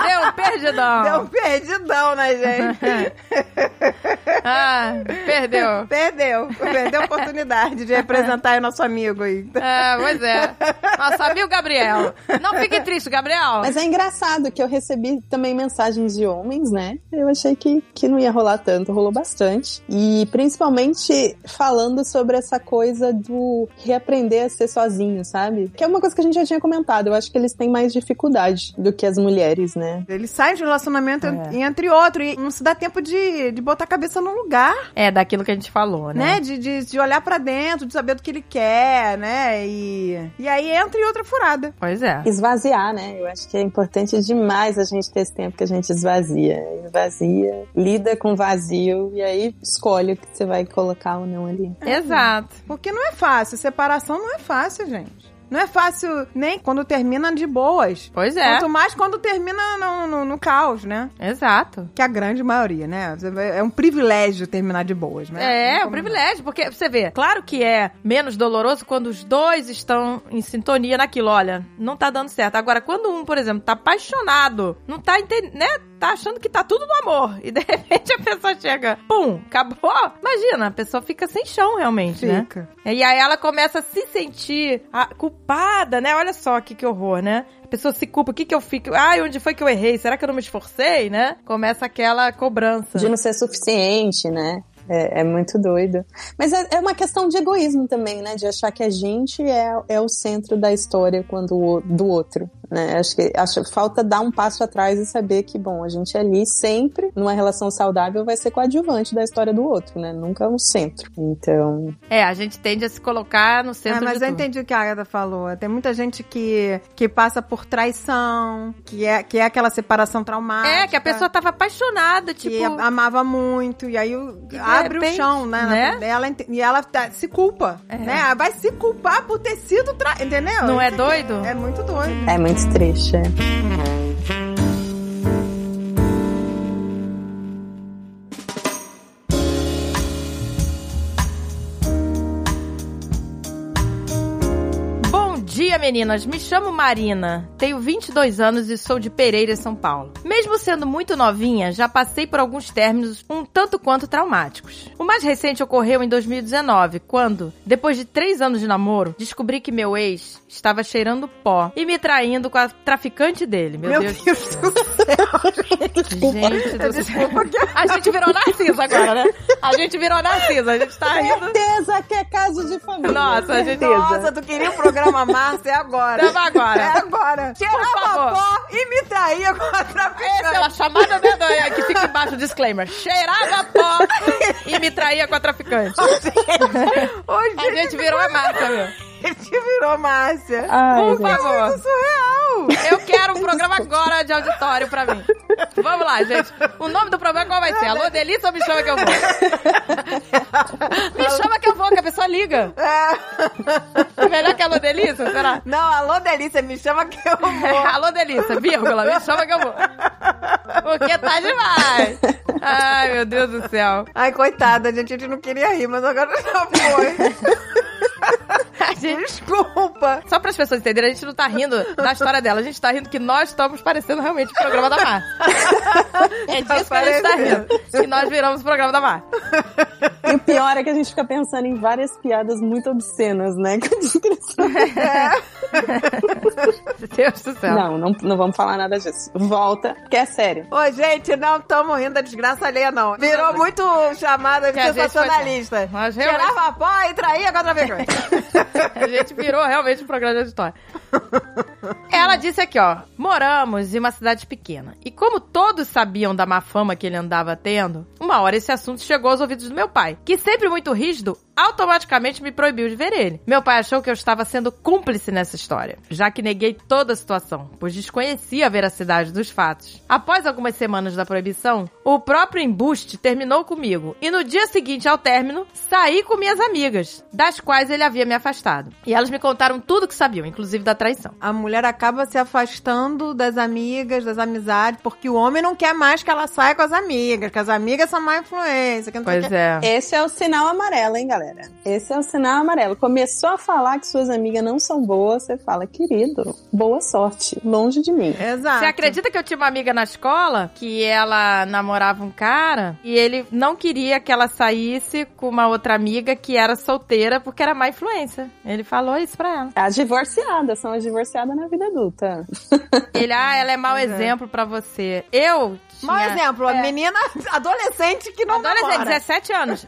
Deu um perdidão. Deu um perdidão na gente. Ah, perdeu. Perdeu. Perdeu a oportunidade de representar aí nosso amigo aí. É, pois é. Nosso amigo Gabriel. Não fique triste, Gabriel. Mas é engraçado que eu recebi também mensagens de homens, né? Eu achei que, que não ia rolar tanto, rolou bastante. E principalmente falando sobre essa coisa do reaprender a ser sozinho, sabe? Que é uma coisa que a gente já tinha comentado. Eu acho que eles têm mais dificuldade do que as mulheres, né? Eles saem de um relacionamento É. entre outros e não se dá tempo de, de botar a cabeça no lugar, É, daquilo que a gente falou, né? né? De, de, de olhar pra dentro, de saber do que ele quer, né? E, e aí entra em outra furada. Pois é. Esvaziar, né? Eu acho que é importante demais a gente ter esse tempo que a gente esvazia. Esvazia, lida com vazio e aí escolhe o que você vai colocar ou não ali. Exato. Porque não é fácil. Separação não é fácil, gente. Não é fácil nem quando termina de boas. Pois é. Quanto mais quando termina no, no, no caos, né? Exato. Que a grande maioria, né? É um privilégio terminar de boas, né? É, Não é um como- privilégio, porque você vê, claro que é menos doloroso quando os dois estão em sintonia naquilo, olha, não tá dando certo. Agora, quando um, por exemplo, tá apaixonado, não tá entendendo, né? Tá achando que tá tudo no amor, e de repente a pessoa chega, pum, acabou. Imagina, a pessoa fica sem chão realmente, né? Fica. E aí ela começa a se sentir ah, culpada, né? Olha só que, que horror, né? A pessoa se culpa, o que que eu fico? Ai, onde foi que eu errei? Será que eu não me esforcei, né? Começa aquela cobrança. De não ser suficiente, né? É, é muito doido. Mas é, é uma questão de egoísmo também, né? De achar que a gente é, é o centro da história quando o, do outro, né? Acho que acho, falta dar um passo atrás e saber que, bom, a gente ali sempre, numa relação saudável, vai ser coadjuvante da história do outro, né? Nunca o centro. Então... É, a gente tende a se colocar no centro É, mas de eu tudo. entendi o que a Agatha falou. Tem muita gente que, que passa por traição, que é, que é aquela separação traumática. É, que a pessoa tava apaixonada, que tipo... amava muito, e aí o- de abre repente, o chão, né? né? na- Ela, ente- e ela tá- se culpa, É. né? Ela vai se culpar por ter sido tra... Entendeu? Não é Isso doido? É muito doido. É muito triste, é. Bom dia, meninas. Me chamo Marina, tenho vinte e dois anos e sou de Pereira, São Paulo. Mesmo sendo muito novinha, já passei por alguns términos um tanto quanto traumáticos. O mais recente ocorreu em dois mil e dezenove, quando, depois de três anos de namoro, descobri que meu ex estava cheirando pó e me traindo com a traficante dele. Meu, Meu Deus, Deus do do céu. Gente do céu. A gente virou Narcisa agora, né? A gente virou Narcisa. A gente tá rindo. Certeza que é caso de família. Nossa, a gente... Nossa, tu queria o programa Márcia, é agora. Tamo agora. É agora. Cheirava favor. pó e me traía com a Essa é traficante. uma chamada medonha que fica embaixo do disclaimer. Cheirava pó e me traía com a traficante. Hoje A gente virou a Márcia, meu. a gente virou Márcia. Ai, Por gente. favor. Isso é surreal. Eu quero um programa agora de auditório pra mim. Vamos lá, gente. O nome do programa qual vai ser? Alô, Delícia ou Me Chama Que Eu Vou? Me chama que eu vou, que a pessoa liga. É. Melhor que Alô, Delícia, será? Não, alô, Delícia, me chama que eu vou. Alô, Delícia, vírgula, me chama que eu vou. Porque tá demais. Ai, meu Deus do céu. Ai, coitada, gente, a gente não queria rir, mas agora já foi. A gente... Desculpa. Só para as pessoas entenderem, a gente não tá rindo da história dela, a gente tá rindo que nós estamos parecendo realmente o programa da Mar. É disso que a gente tá rindo. Que nós viramos o programa da Mar. E o pior é que a gente fica pensando em várias piadas muito obscenas, né? Com a descrição. Deus do céu. Não, não, não vamos falar nada disso. Volta, que é sério. Ô, gente, não estamos rindo da desgraça alheia, não. Virou muito chamada de Que a gente sensacionalista. foi- Mas realmente- Cheirava pó e traía com a traficante. A gente virou realmente um programa de auditório. Ela disse aqui, ó. Moramos em uma cidade pequena. E como todos sabiam da má fama que ele andava tendo, uma hora esse assunto chegou aos ouvidos do meu pai, que sempre muito rígido, automaticamente me proibiu de ver ele. Meu pai achou que eu estava sendo cúmplice nessa história, já que neguei toda a situação, pois desconhecia a veracidade dos fatos. Após algumas semanas da proibição, o próprio embuste terminou comigo, e no dia seguinte ao término, saí com minhas amigas, das quais ele havia me afastado. E elas me contaram tudo que sabiam, inclusive da traição. A mulher acaba se afastando das amigas, das amizades, porque o homem não quer mais que ela saia com as amigas, que as amigas são má influência. Que não sei o Pois quê. é. Esse é o sinal amarelo, hein, galera? galera. Esse é o sinal amarelo. Começou a falar que suas amigas não são boas, você fala, querido, boa sorte, longe de mim. Exato. Você acredita que eu tinha uma amiga na escola que ela namorava um cara e ele não queria que ela saísse com uma outra amiga que era solteira porque era má influência. Ele falou isso pra ela. As divorciadas, são as divorciadas na vida adulta. Ele, ah, ela é mau exemplo pra você. Eu tinha... Mau exemplo, a é. menina adolescente que não Adolescente, namora. dezessete anos.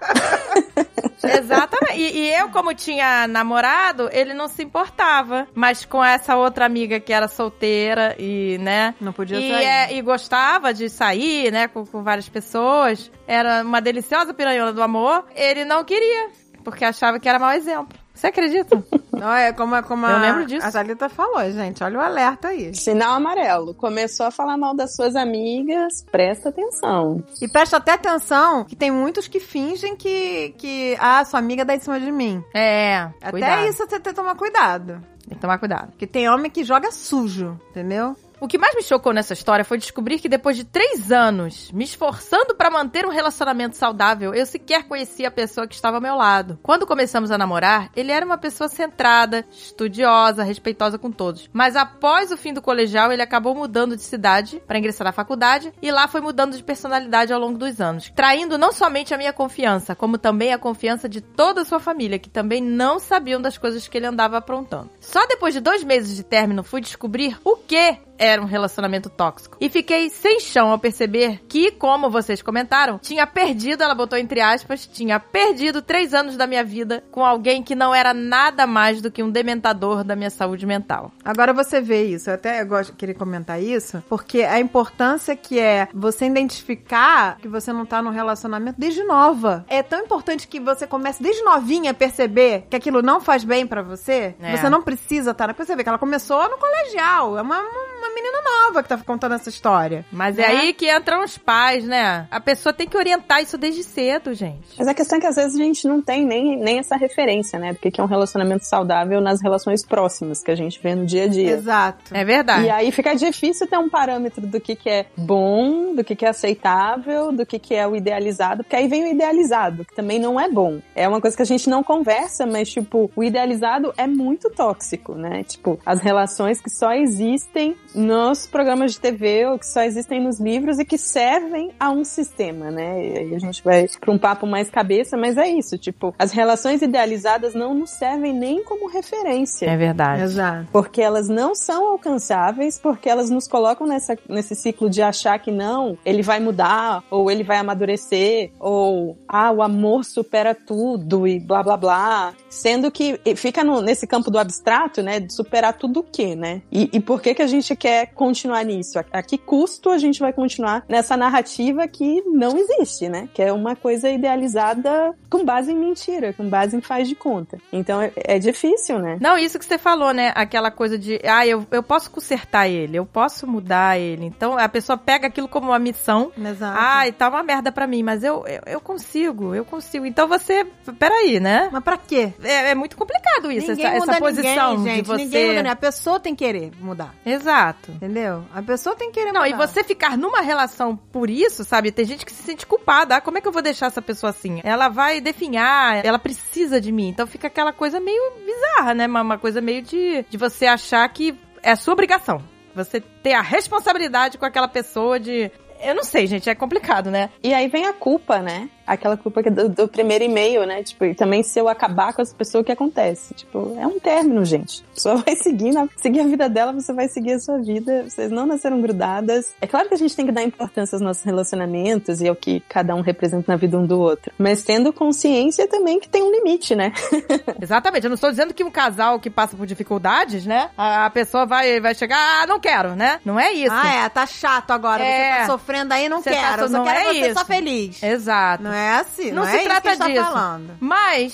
Exatamente. E, e eu, como tinha namorado, ele não se importava. Mas com essa outra amiga que era solteira e, né... Não podia e, sair. é, e gostava de sair, né, com, com várias pessoas. Era uma deliciosa piranhona do amor. Ele não queria, porque achava que era mau exemplo. Você acredita? Não, é como, como Eu a, lembro disso. a Thalita falou, gente. Olha o alerta aí. Sinal amarelo. Começou a falar mal das suas amigas, presta atenção. E presta até atenção que tem muitos que fingem que, que ah, sua amiga dá em cima de mim. É, Até cuidado. isso você tem que tomar cuidado. Tem que tomar cuidado. Porque tem homem que joga sujo, entendeu? O que mais me chocou nessa história foi descobrir que depois de três anos me esforçando pra manter um relacionamento saudável, eu sequer conhecia a pessoa que estava ao meu lado. Quando começamos a namorar, ele era uma pessoa centrada, estudiosa, respeitosa com todos. Mas após o fim do colegial, ele acabou mudando de cidade pra ingressar na faculdade e lá foi mudando de personalidade ao longo dos anos, traindo não somente a minha confiança, como também a confiança de toda a sua família, que também não sabiam das coisas que ele andava aprontando. Só depois de dois meses de término fui descobrir o que era um relacionamento tóxico. E fiquei sem chão ao perceber que, como vocês comentaram, tinha perdido, ela botou entre aspas, tinha perdido três anos da minha vida com alguém que não era nada mais do que um dementador da minha saúde mental. Agora você vê isso, eu até gosto de querer comentar isso, porque a importância que é você identificar que você não tá num relacionamento desde nova. É tão importante que você comece desde novinha a perceber que aquilo não faz bem pra você. É. Você não precisa estar... Tá, você vê que ela começou no colegial, é uma, uma menina nova que tá contando essa história. Mas é né? aí que entram os pais, né? A pessoa tem que orientar isso desde cedo, gente. Mas a questão é que às vezes a gente não tem nem, nem essa referência, né? Do que que é um relacionamento saudável nas relações próximas que a gente vê no dia a dia. Exato. É verdade. E aí fica difícil ter um parâmetro do que que é bom, do que que é aceitável, do que que é o idealizado, porque aí vem o idealizado, que também não é bom. É uma coisa que a gente não conversa, mas, tipo, o idealizado é muito tóxico, né? Tipo, as relações que só existem nos programas de T V ou que só existem nos livros e que servem a um sistema, né? E aí a gente vai pra um papo mais cabeça, mas é isso, tipo, as relações idealizadas não nos servem nem como referência. É verdade. Exato. Porque elas não são alcançáveis, porque elas nos colocam nessa, nesse ciclo de achar que não, ele vai mudar, ou ele vai amadurecer, ou, ah, o amor supera tudo, e blá, blá, blá. Sendo que fica no, nesse campo do abstrato, né, de superar tudo o quê, né? E, e por que que a gente quer continuar nisso? A, a que custo a gente vai continuar nessa narrativa que não existe, né? Que é uma coisa idealizada com base em mentira, com base em faz de conta. Então é, é difícil, né? Não, isso que você falou, né? Aquela coisa de, ah, eu, eu posso consertar ele, eu posso mudar ele. Então a pessoa pega aquilo como uma missão. Exato. Ai, tá uma merda pra mim, mas eu, eu, eu consigo, eu consigo. Então você, peraí, né? Mas pra quê? É, é muito complicado isso, Ninguém essa, muda essa posição ninguém, gente. de você... Ninguém muda ninguém. A pessoa tem que querer mudar. Exato. Entendeu? A pessoa tem que querer Não, mudar. e você ficar numa relação por isso, sabe? Tem gente que se sente culpada. Ah, como é que eu vou deixar essa pessoa assim? Ela vai definhar, ela precisa de mim. Então fica aquela coisa meio bizarra, né? Uma, uma coisa meio de, de você achar que é a sua obrigação. Você ter a responsabilidade com aquela pessoa de... Eu não sei, gente, é complicado, né? E aí vem a culpa, né? Aquela culpa que é do, do primeiro e-mail, né? Tipo, e também se eu acabar com essa pessoa, o que acontece? Tipo, é um término, gente. A pessoa vai seguir, seguir a vida dela, você vai seguir a sua vida. Vocês não nasceram grudadas. É claro que a gente tem que dar importância aos nossos relacionamentos e ao que cada um representa na vida um do outro. Mas tendo consciência também que tem um limite, né? Exatamente. Eu não estou dizendo que um casal que passa por dificuldades, né? A, a pessoa vai, vai chegar, ah, não quero, né? Não é isso. Ah, é, tá chato agora. É. Você tá sofrendo aí, não Você tá quero. so- Eu só não quero é você isso. só feliz. Exato. Não é assim, Não, não, se é trata isso que a gente disso. tá falando. Mas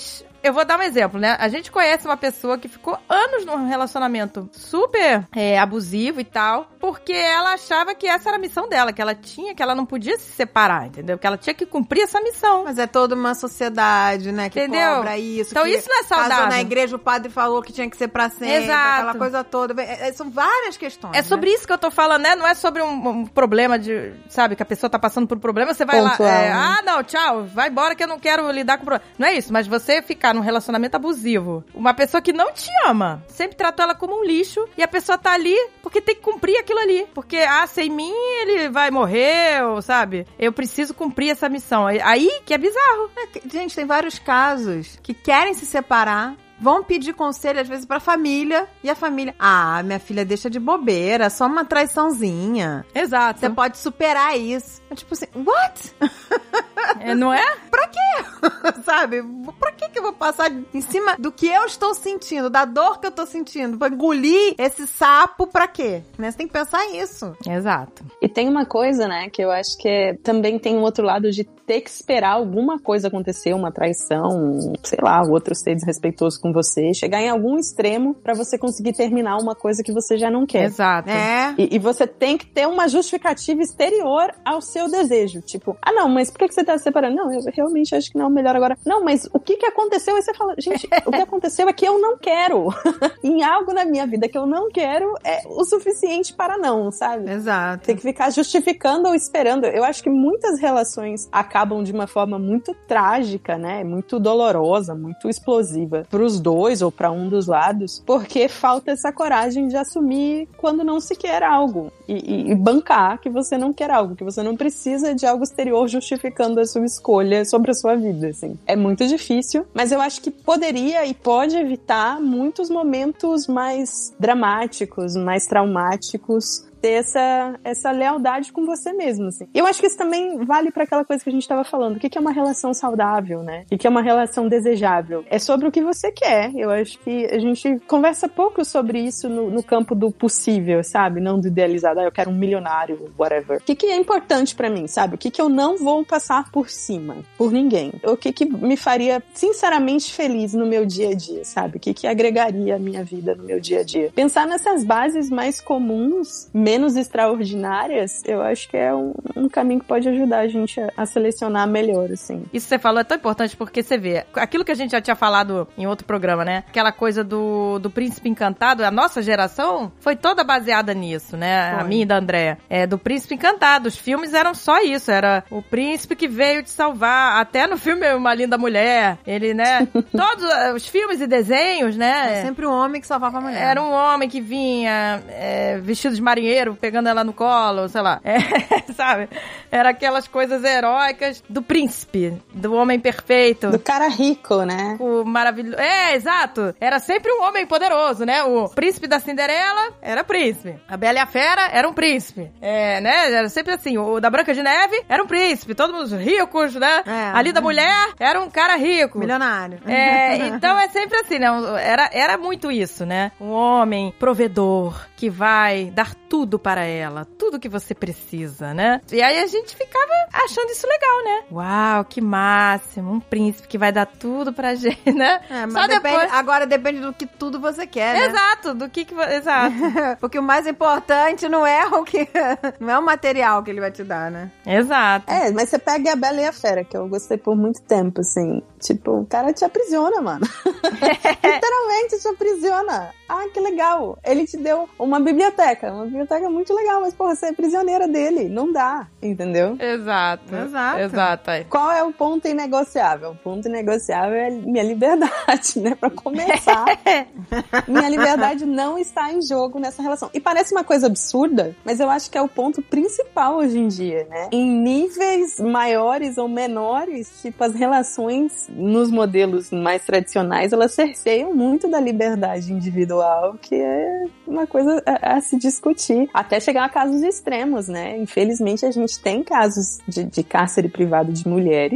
eu vou dar um exemplo, né? A gente conhece uma pessoa que ficou anos num relacionamento super é, abusivo e tal, porque ela achava que essa era a missão dela, que ela tinha, que ela não podia se separar, entendeu? Que ela tinha que cumprir essa missão. Mas é toda uma sociedade, né, que Entendeu? cobra isso. Então que isso não é saudável. Casou na igreja, o padre falou que tinha que ser pra sempre, Exato. aquela coisa toda. É, é, são várias questões, É sobre né? isso que eu tô falando, né? Não é sobre um, um problema de, sabe, que a pessoa tá passando por um problema, você vai Pontual, lá, é, né? ah, não, tchau, vai embora que eu não quero lidar com o problema. Não é isso, mas você ficar num relacionamento abusivo, uma pessoa que não te ama, sempre tratou ela como um lixo, e a pessoa tá ali porque tem que cumprir aquilo ali. Porque, ah, sem mim ele vai morrer, ou, sabe? Eu preciso cumprir essa missão. Aí que é bizarro. É que, gente, tem vários casos que querem se separar, vão pedir conselho, às vezes, pra família, e a família, ah, minha filha, deixa de bobeira, só uma traiçãozinha. Exato. Você pode superar isso. É tipo assim, what? É, não é? Pra quê? Sabe? Pra que que eu vou passar em cima do que eu estou sentindo, da dor que eu tô sentindo? Pra engolir esse sapo pra quê? Né? Você tem que pensar nisso. Exato. E tem uma coisa, né, que eu acho que é, também tem um outro lado de ter que esperar alguma coisa acontecer, uma traição, sei lá, o outro ser desrespeitoso com você, chegar em algum extremo pra você conseguir terminar uma coisa que você já não quer. Exato. É. E, e você tem que ter uma justificativa exterior ao seu desejo. Tipo, ah, não, mas por que que você tá se separando? Não, eu realmente acho que não é o melhor agora. Não, mas o que que aconteceu? Aí você fala, gente, o que aconteceu é que eu não quero. Em algo na minha vida que eu não quero é o suficiente para não, sabe? Exato. Tem que ficar justificando ou esperando. Eu acho que muitas relações acabam de uma forma muito trágica, né? Muito dolorosa, muito explosiva pros dois ou pra um dos lados, porque falta essa coragem de assumir quando não se quer algo. E, e, e bancar que você não quer algo, que você não precisa de algo exterior justificando a sua escolha sobre a sua vida, assim. É muito difícil, mas eu acho que poderia e pode evitar muitos momentos mais dramáticos, mais traumáticos, ter essa, essa lealdade com você mesmo, assim. Eu acho que isso também vale pra aquela coisa que a gente tava falando. O que que é uma relação saudável, né? O que que é uma relação desejável? É sobre o que você quer. Eu acho que a gente conversa pouco sobre isso no, no campo do possível, sabe? Não do idealizado. Ah, eu quero um milionário, whatever. O que que é importante pra mim, sabe? O que que eu não vou passar por cima, por ninguém? O que que me faria, sinceramente, feliz no meu dia a dia, sabe? O que que agregaria a minha vida no meu dia a dia? Pensar nessas bases mais comuns, menos extraordinárias, eu acho que é um, um caminho que pode ajudar a gente a, a selecionar melhor, assim. Isso que você falou é tão importante porque você vê, aquilo que a gente já tinha falado em outro programa, né? Aquela coisa do, do Príncipe Encantado, a nossa geração foi toda baseada nisso, né? Foi. A minha e da Andréa. É, do Príncipe Encantado. Os filmes eram só isso, era o príncipe que veio te salvar. Até no filme Uma Linda Mulher, ele, né? Todos os filmes e desenhos, né? É sempre um homem que salvava a mulher. Era um homem que vinha é, vestido de marinheiro, pegando ela no colo, sei lá. É, sabe? Era aquelas coisas heróicas do príncipe, do homem perfeito. Do cara rico, né? O maravilhoso. É, exato. Era sempre um homem poderoso, né? O príncipe da Cinderela era príncipe. A Bela e a Fera era um príncipe. É, né? Era sempre assim. O da Branca de Neve era um príncipe. Todos os ricos, né? É. Ali da Mulher era um cara rico. Milionário. É, então é sempre assim, né? Era, era muito isso, né? Um homem provedor que vai dar tudo para ela, tudo que você precisa, né? E aí a gente ficava achando isso legal, né? Uau, que máximo, um príncipe que vai dar tudo pra gente, né? É, mas Só depende, depois... agora depende do que tudo você quer, né? Exato, do que que... vo- Exato, Porque o mais importante não é o que... não é o material que ele vai te dar, né? exato. É, mas você pega a Bela e a Fera, que eu gostei por muito tempo, assim. Tipo, o cara te aprisiona, mano. Literalmente te aprisiona. Ah, que legal. Ele te deu uma biblioteca. Uma biblioteca muito legal, mas, porra, você é prisioneira dele. Não dá, entendeu? Exato. Exato. Exato. aí. Qual é o ponto inegociável? O ponto inegociável é minha liberdade, né? Pra começar. Minha liberdade não está em jogo nessa relação. E parece uma coisa absurda, mas eu acho que é o ponto principal hoje em dia, né? Em níveis maiores ou menores, tipo, as relações nos modelos mais tradicionais, elas cerceiam muito da liberdade individual, que é uma coisa a, a se discutir. Até chegar a casos extremos, né? Infelizmente, a gente tem casos de, de cárcere privado de mulheres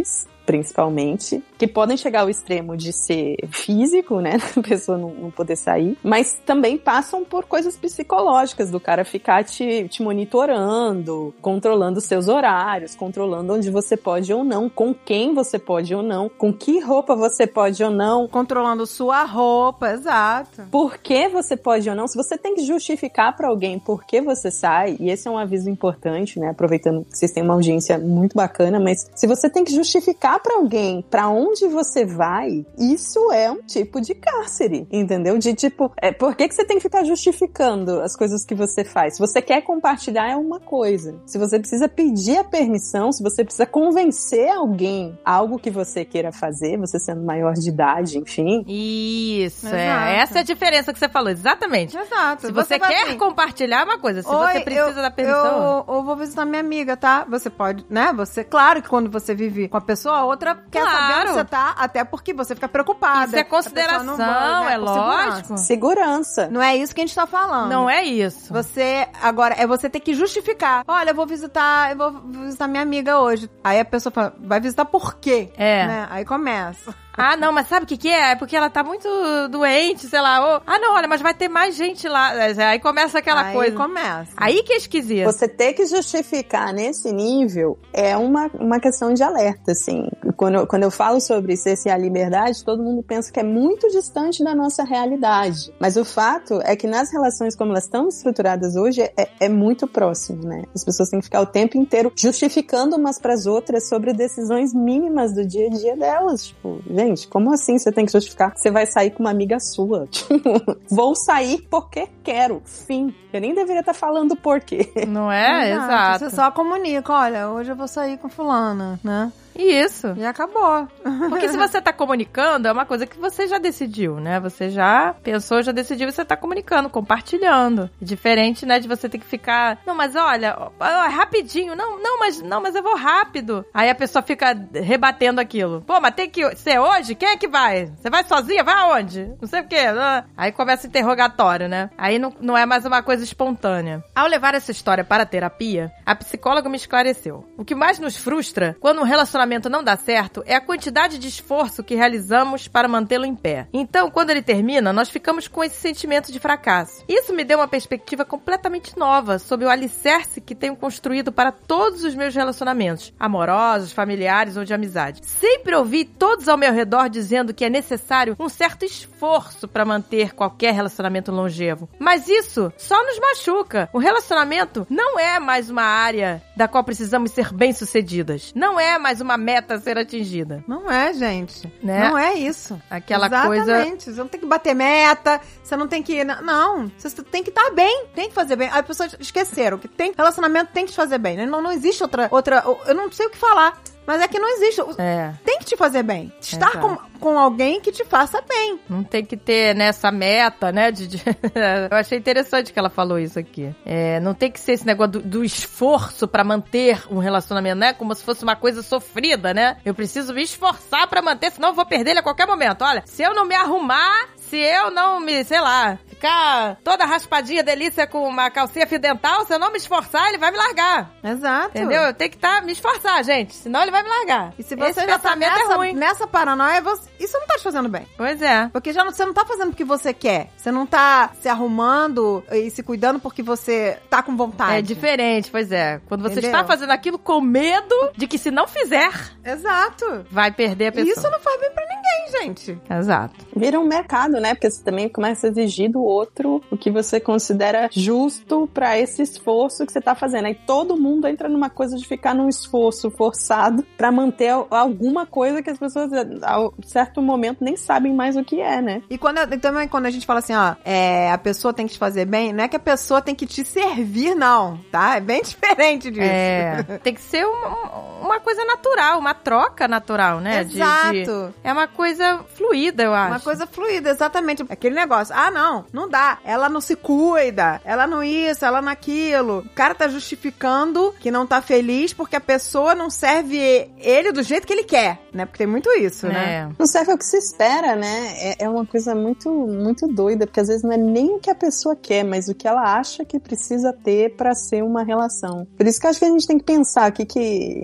principalmente, que podem chegar ao extremo de ser físico, né, a pessoa não, não poder sair, mas também passam por coisas psicológicas, do cara ficar te, te monitorando, controlando seus horários, controlando onde você pode ou não, com quem você pode ou não, com que roupa você pode ou não. Controlando sua roupa, exato. Por que você pode ou não, se você tem que justificar pra alguém por que você sai, e esse é um aviso importante, né, aproveitando que vocês têm uma audiência muito bacana, mas se você tem que justificar pra alguém pra onde você vai, isso é um tipo de cárcere, entendeu? De tipo, é, por que que você tem que ficar justificando as coisas que você faz? Se você quer compartilhar é uma coisa. Se você precisa pedir a permissão, se você precisa convencer alguém a algo que você queira fazer, você sendo maior de idade, enfim. Isso, Exato. é. Essa é a diferença que você falou, exatamente. Exato. Se você, vai quer assim, compartilhar é uma coisa, se Oi, você precisa eu, da permissão... Eu, eu vou visitar minha amiga, tá? Você pode, né? Você, claro que quando você vive com a pessoa, a outra quer Claro. saber onde você tá, até porque você fica preocupada. Isso é consideração, A pessoa não vai, né? é Por lógico. segurança. Segurança. Não é isso que a gente tá falando. Não é isso. Você, agora, é você ter que justificar. Olha, eu vou visitar, eu vou visitar minha amiga hoje. Aí a pessoa fala, vai visitar por quê? É. Né? Aí começa. Ah, não, mas sabe o que que é? É porque ela tá muito doente, sei lá. Ou, ah, não, olha, mas vai ter mais gente lá. Aí começa aquela Aí coisa. começa. Aí que é esquisito. Você ter que justificar nesse nível é uma, uma questão de alerta, assim. Quando eu, quando eu falo sobre cercear a liberdade, todo mundo pensa que é muito distante da nossa realidade. Mas o fato é que nas relações como elas estão estruturadas hoje, é, é muito próximo, né? As pessoas têm que ficar o tempo inteiro justificando umas pras outras sobre decisões mínimas do dia a dia delas. Tipo, gente, como assim você tem que justificar que você vai sair com uma amiga sua? Tipo, vou sair porque quero. Fim. Eu nem deveria estar falando por quê. Não é? Exato. Você só comunica, olha, hoje eu vou sair com fulana, né? Isso. E acabou. Porque se você tá comunicando, é uma coisa que você já decidiu, né? Você já pensou, já decidiu e você tá comunicando, compartilhando. É diferente, né, de você ter que ficar... Não, mas olha, ó, rapidinho. Não, não, mas não, mas eu vou rápido. Aí a pessoa fica rebatendo aquilo. Pô, mas tem que ser hoje? Quem é que vai? Você vai sozinha? Vai aonde? Não sei o quê. Aí começa o interrogatório, né? Aí não, não é mais uma coisa espontânea. Ao levar essa história para a terapia, a psicóloga me esclareceu. O que mais nos frustra quando um relacionamento não dá certo é a quantidade de esforço que realizamos para mantê-lo em pé. Então, quando ele termina, nós ficamos com esse sentimento de fracasso. Isso me deu uma perspectiva completamente nova sobre o alicerce que tenho construído para todos os meus relacionamentos, amorosos, familiares ou de amizade. Sempre ouvi todos ao meu redor dizendo que é necessário um certo esforço para manter qualquer relacionamento longevo. Mas isso só nos machuca. O relacionamento não é mais uma área da qual precisamos ser bem-sucedidas. Não é mais uma meta a ser atingida. Não é, gente. Né? Não é isso. Aquela Exatamente. coisa... Você não tem que bater meta, você não tem que... Não, você tem que estar bem, tem que fazer bem. As pessoas esqueceram que tem relacionamento, tem que te fazer bem. Não, não existe outra, outra... Eu não sei o que falar. Mas é que não existe. É. Tem que te fazer bem. Estar Exato. com, com alguém que te faça bem. Não tem que ter nessa meta, né? De, de... Eu achei interessante que ela falou isso aqui. É, não tem que ser esse negócio do, do esforço pra manter um relacionamento, né? Como se fosse uma coisa sofrida, né? Eu preciso me esforçar pra manter, senão eu vou perder ele a qualquer momento. Olha, se eu não me arrumar, se eu não me, sei lá, ficar toda raspadinha, delícia com uma calcinha fio dental, se eu não me esforçar, ele vai me largar. Exato. Entendeu? Eu tenho que tá, me esforçar, gente. Senão ele vai me largar. E se você Esse já tá pensamento nessa, é ruim. nessa paranoia, você, isso não tá te fazendo bem. Pois é. Porque já não, você não tá fazendo porque você quer. Você não tá se arrumando e se cuidando porque você tá com vontade. É diferente, pois é. Quando você Entendeu? está fazendo aquilo com medo de que se não fizer, Exato. vai perder a E pessoa. isso não faz bem pra ninguém, gente. Exato. Vira um mercado, né? Porque você também começa a exigir do outro o que você considera justo pra esse esforço que você tá fazendo. Aí todo mundo entra numa coisa de ficar num esforço forçado pra manter alguma coisa que as pessoas, a certo momento, nem sabem mais o que é, né? E quando, e também quando a gente fala assim, ó, é, a pessoa tem que te fazer bem, não é que a pessoa tem que te servir, não, tá? É bem diferente disso. É. Tem que ser uma, uma coisa natural, uma troca natural, né? De- Exato. de- é uma coisa fluida, eu acho. Uma coisa fluida, exatamente. Aquele negócio. Ah, não, não dá. Ela não se cuida. Ela não isso, ela não aquilo. O cara tá justificando que não tá feliz porque a pessoa não serve ele do jeito que ele quer, né? Porque tem muito isso, né? É. Não serve o que se espera, né? É, é uma coisa muito, muito doida, porque às vezes não é nem o que a pessoa quer, mas o que ela acha que precisa ter pra ser uma relação. Por isso que eu acho que a gente tem que pensar aqui que... Por isso que é tão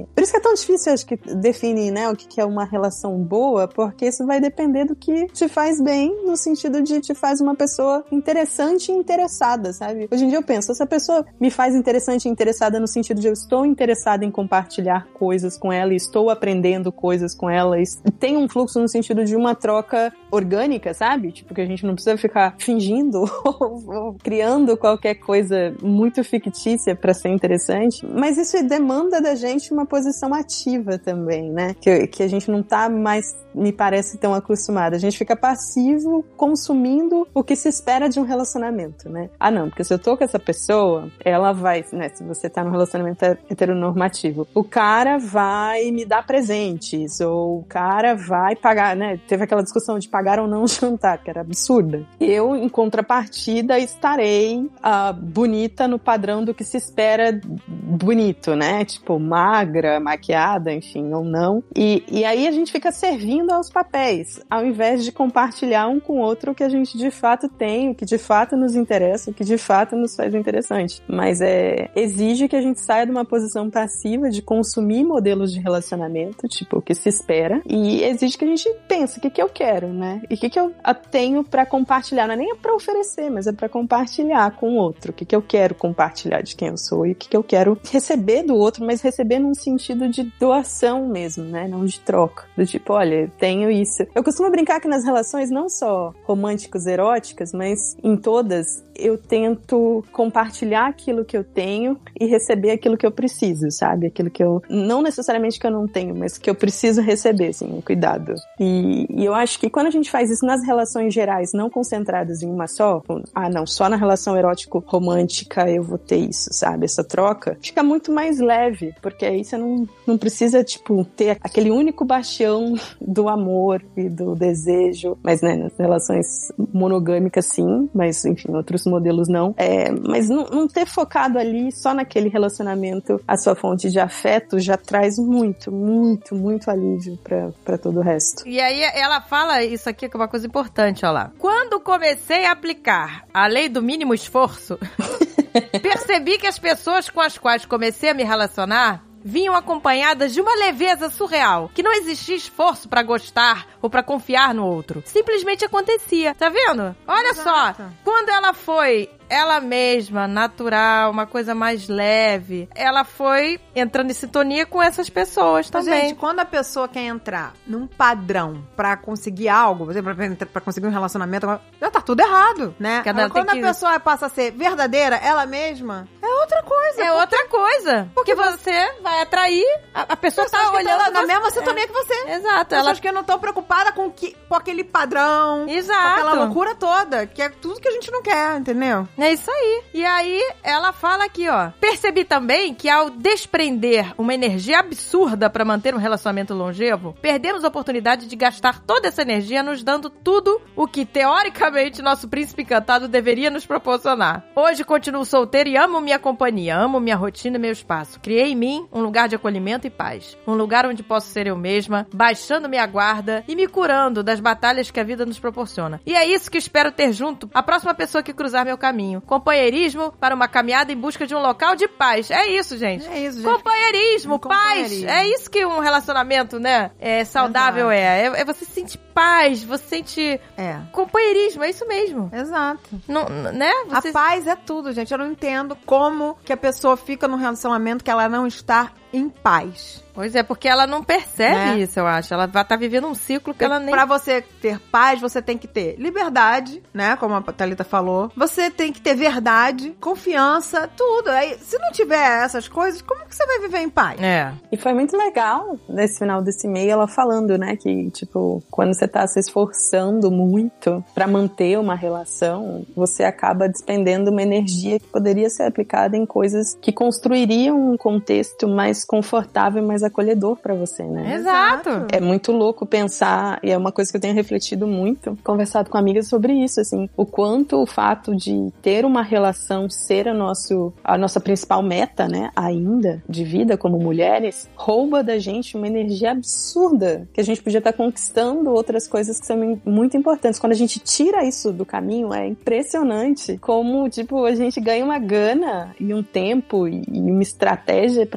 tão difícil, acho que, definir, né, o que é uma relação boa, porque isso vai depender do que te faz bem, no sentido de te faz uma pessoa interessante e interessada, sabe? Hoje em dia eu penso, essa pessoa me faz interessante e interessada no sentido de eu estou interessada em compartilhar coisas com ela, e estou aprendendo coisas com ela, e tem um fluxo no sentido de uma troca orgânica, sabe? Tipo, que a gente não precisa ficar fingindo ou, ou criando qualquer coisa muito fictícia pra ser interessante, mas isso demanda da gente uma posição ativa também, né? Que, que a gente não tá mais, me parece, tão acostumada. A gente fica passivo, consumindo o que se espera de um relacionamento, né? Ah, não, porque se eu tô com essa pessoa, ela vai, né? Se você tá num relacionamento heteronormativo, o cara vai me dar presentes, ou o cara vai pagar, né? Teve aquela discussão de pagar ou não o jantar, que era absurda. Eu, em contrapartida, estarei uh, bonita no padrão do que se espera bonito, né? Tipo, magra, maquiada, enfim, ou não. E, e aí a gente fica servindo aos papéis, ao invés de compartilhar um com o outro o que a gente de fato tem, o que de fato nos interessa, o que de fato nos faz interessante. Mas é, exige que a gente saia de uma posição passiva de consumir modelos de relacionamento, tipo, o que se espera, e exige que a gente pense o que que eu quero, né? E o que que eu tenho pra compartilhar. Não é nem pra oferecer, mas é pra compartilhar com o outro. O que que eu quero compartilhar de quem eu sou e o que que eu quero receber do outro, mas receber num sentido de doação mesmo, né? Não de troca. Do tipo, olha, eu tenho isso. Eu costumo brincar que nas relações, não só românticas, eróticas, mas em todas, eu tento compartilhar aquilo que eu tenho e receber aquilo que eu preciso, sabe? Aquilo que eu, não necessariamente que eu não tenho, mas que eu preciso receber, assim, um cuidado. E, e eu acho que quando a gente faz isso nas relações gerais, não concentradas em uma só, ah, não, só na relação erótico-romântica eu vou ter isso, sabe? Essa troca, fica muito mais leve, porque aí você não, não precisa, tipo, ter aquele único bastião do amor e do desejo, mas, né, nas relações monogâmicas, sim, mas, enfim, outros modelos não, é, mas não, não ter focado ali só naquele relacionamento, a sua fonte de afeto já traz muito, muito, muito alívio pra, pra todo o resto. E aí ela fala isso aqui que é uma coisa importante, ó lá. Quando comecei a aplicar a lei do mínimo esforço, percebi que as pessoas com as quais comecei a me relacionar vinham acompanhadas de uma leveza surreal, que não existia esforço pra gostar ou pra confiar no outro. Simplesmente acontecia. Tá vendo? Olha Exato. Só, quando ela foi ela mesma, natural, uma coisa mais leve, ela foi entrando em sintonia com essas pessoas também. Gente, quando a pessoa quer entrar num padrão pra conseguir algo, por exemplo, pra, pra conseguir um relacionamento, já tá tudo errado, né? Agora, quando que... a pessoa passa a ser verdadeira, ela mesma, é outra coisa. É porque... outra coisa. Porque, porque você vai atrair, a, a pessoa pessoas tá olhando tá na mesma sintonia é. que você. Exato. Pessoas ela... que não estão preocupadas com, que, com aquele padrão. Exato. Com aquela loucura toda, que é tudo que a gente não quer, entendeu? É isso aí. E aí, ela fala aqui, ó. Percebi também que ao desprender uma energia absurda pra manter um relacionamento longevo, perdemos a oportunidade de gastar toda essa energia nos dando tudo o que, teoricamente, nosso príncipe encantado deveria nos proporcionar. Hoje continuo solteiro e amo minha companhia, amo minha rotina e meu espaço. Criei em mim um lugar de acolhimento e paz. Um lugar onde posso ser eu mesma, baixando minha guarda e me curando das batalhas que a vida nos proporciona. E é isso que espero ter junto a próxima pessoa que cruzar meu caminho. Companheirismo para uma caminhada em busca de um local de paz. É isso, gente. É isso, gente. Companheirismo, um paz. Companheirismo. É isso que um relacionamento, né, é saudável é. é. É você sentir paz, você sente é. companheirismo, é isso mesmo. Exato. Não, né? Você... A paz é tudo, gente. Eu não entendo como que a pessoa fica num relacionamento que ela não está em paz. Pois é, porque ela não percebe né? isso, eu acho. Ela vai estar tá vivendo um ciclo que ela nem... Pra você ter paz, você tem que ter liberdade, né? Como a Thalita falou. Você tem que ter verdade, confiança, tudo. Aí, se não tiver essas coisas, como que você vai viver em paz? É. E foi muito legal, nesse final desse e-mail, ela falando, né? Que, tipo, quando você tá se esforçando muito pra manter uma relação, você acaba despendendo uma energia que poderia ser aplicada em coisas que construiriam um contexto mais confortável e mais acolhedor pra você, né? Exato. É muito louco pensar, e é uma coisa que eu tenho refletido muito, conversado com amigas sobre isso, assim, o quanto o fato de ter uma relação ser a, nosso, a nossa principal meta, né, ainda, de vida como mulheres, rouba da gente uma energia absurda, que a gente podia estar conquistando outras coisas que são muito importantes. Quando a gente tira isso do caminho, é impressionante como, tipo, a gente ganha uma gana e um tempo e uma estratégia pra conquistar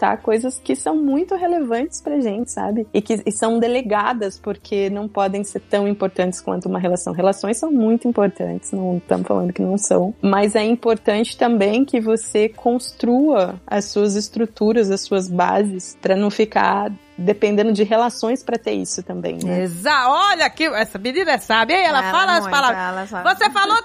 citar coisas que são muito relevantes pra gente, sabe? E que e são delegadas porque não podem ser tão importantes quanto uma relação. Relações são muito importantes, não estamos falando que não são, mas é importante também que você construa as suas estruturas, as suas bases, pra não ficar dependendo de relações pra ter isso também, né? Exato. Olha que essa menina sabe, hein? Ela, ela fala muito, as palavras. Você falou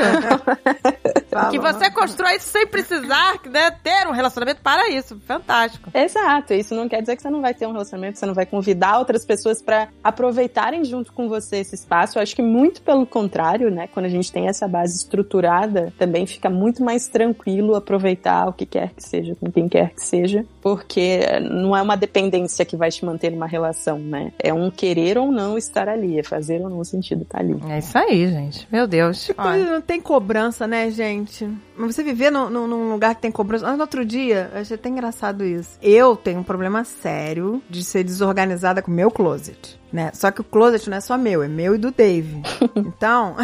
tudo. Que você constrói isso sem precisar, né, ter um relacionamento para isso. Fantástico. Exato. Isso não quer dizer que você não vai ter um relacionamento, você não vai convidar outras pessoas pra aproveitarem junto com você esse espaço. Eu acho que muito pelo contrário, né? Quando a gente tem essa base estruturada, também fica muito mais tranquilo aproveitar o que quer que seja, com quem quer que seja, porque não é uma dependência que vai te manter numa relação, né? É um querer ou não estar ali, é fazer ou não sentido estar ali. É isso aí, gente. Meu Deus. Olha. Não tem cobrança, né, gente? Mas você viver no, no, num lugar que tem cobrança... No outro dia, eu achei até engraçado isso. Eu tenho um problema sério de ser desorganizada com o meu closet, né? Só que o closet não é só meu, é meu e do Dave. Então,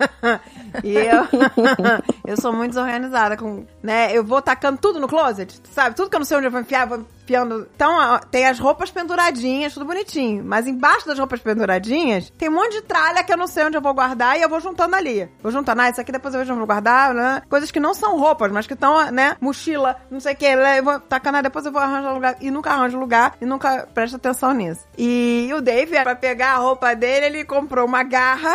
e eu, eu sou muito desorganizada com, né? Eu vou tacando tudo no closet, sabe? Tudo que eu não sei onde eu vou enfiar, eu vou enfiando. Então, ó, tem as roupas penduradinhas, tudo bonitinho. Mas embaixo das roupas penduradinhas, tem um monte de tralha que eu não sei onde eu vou guardar e eu vou juntando ali. Vou juntando, ah, isso aqui depois eu vejo onde eu vou guardar, né? Coisas que não são roupas, mas que estão, né? Mochila, não sei o que, eu vou tacando, depois eu vou arranjar lugar. E nunca arranjo lugar e nunca presta atenção nisso. E o Dave, pra pegar a roupa dele, ele comprou uma garra,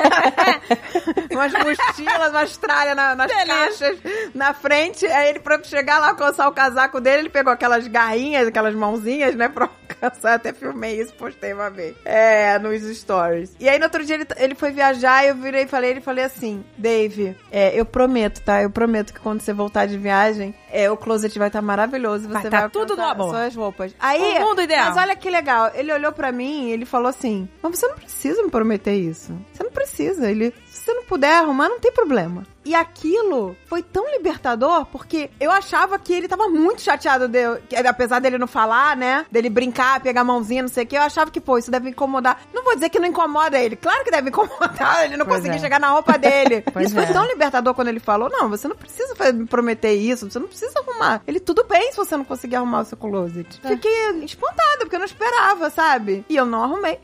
umas mochilas, umas tralhas na, nas Beleza. caixas na frente. Aí ele, pra chegar lá, alcançar o casaco dele, ele pegou aquelas garrinhas, aquelas mãozinhas, né, pra alcançar. Até filmei isso, postei uma vez. É, nos stories. E aí, no outro dia, ele, ele foi viajar e eu virei e falei, ele falei assim, Dave, é, eu prometo, tá? Eu prometo que quando você voltar de viagem, é, o closet vai estar tá maravilhoso. Você vai, tá vai tudo no amor. Suas roupas. Aí, o mundo ideal. Mas olha que legal. Ele olhou pra mim e ele falou assim, mas você não precisa me prometer isso. Você não precisa. Ele, se você não puder arrumar, não tem problema. E aquilo foi tão libertador, porque eu achava que ele tava muito chateado, de, apesar dele não falar, né? Dele brincar, pegar a mãozinha, não sei o que. Eu achava que, pô, isso deve incomodar. Não vou dizer que não incomoda ele. Claro que deve incomodar. Ele não pois conseguia é. chegar na roupa dele. Pois isso é. foi tão libertador quando ele falou, não, você não precisa me prometer isso, você não precisa arrumar. Ele, tudo bem se você não conseguir arrumar o seu closet. É. Fiquei espantada, porque eu não esperava, sabe? E eu não arrumei.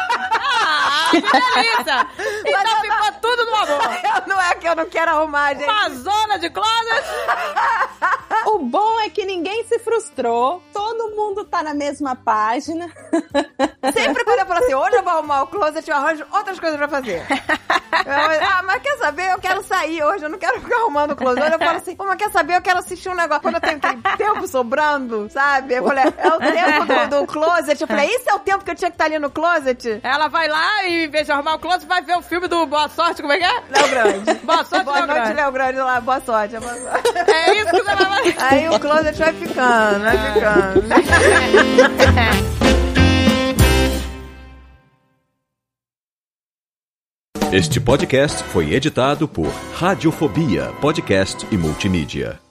Ah, que delícia! Então ficou não... tudo no amor. Não é que eu não quero arrumar, gente. Uma zona de closet. O bom é que ninguém se frustrou. Todo mundo tá na mesma página. Sempre quando eu falo assim, hoje eu vou arrumar o closet, eu arranjo outras coisas pra fazer. Eu, ah, mas quer saber? Eu quero sair hoje, eu não quero ficar arrumando o closet. Hoje eu falo assim, mas quer saber? Eu quero assistir um negócio. Quando eu tenho tempo sobrando, sabe? Eu falei, é o tempo do, do closet. Eu falei, esse é o tempo que eu tinha que estar ali no closet? Ela vai lá e, em vez de arrumar o closet, vai ver o filme do Boa Sorte, como é que é? Léo Grande. Boa Sorte, Boa Léo noite, Grande. Léo Grande lá. Boa sorte, boa sorte. É isso que você vai fazer. Aí o closet vai ficando, vai ficando. Este podcast foi editado por Radiofobia, podcast e multimídia.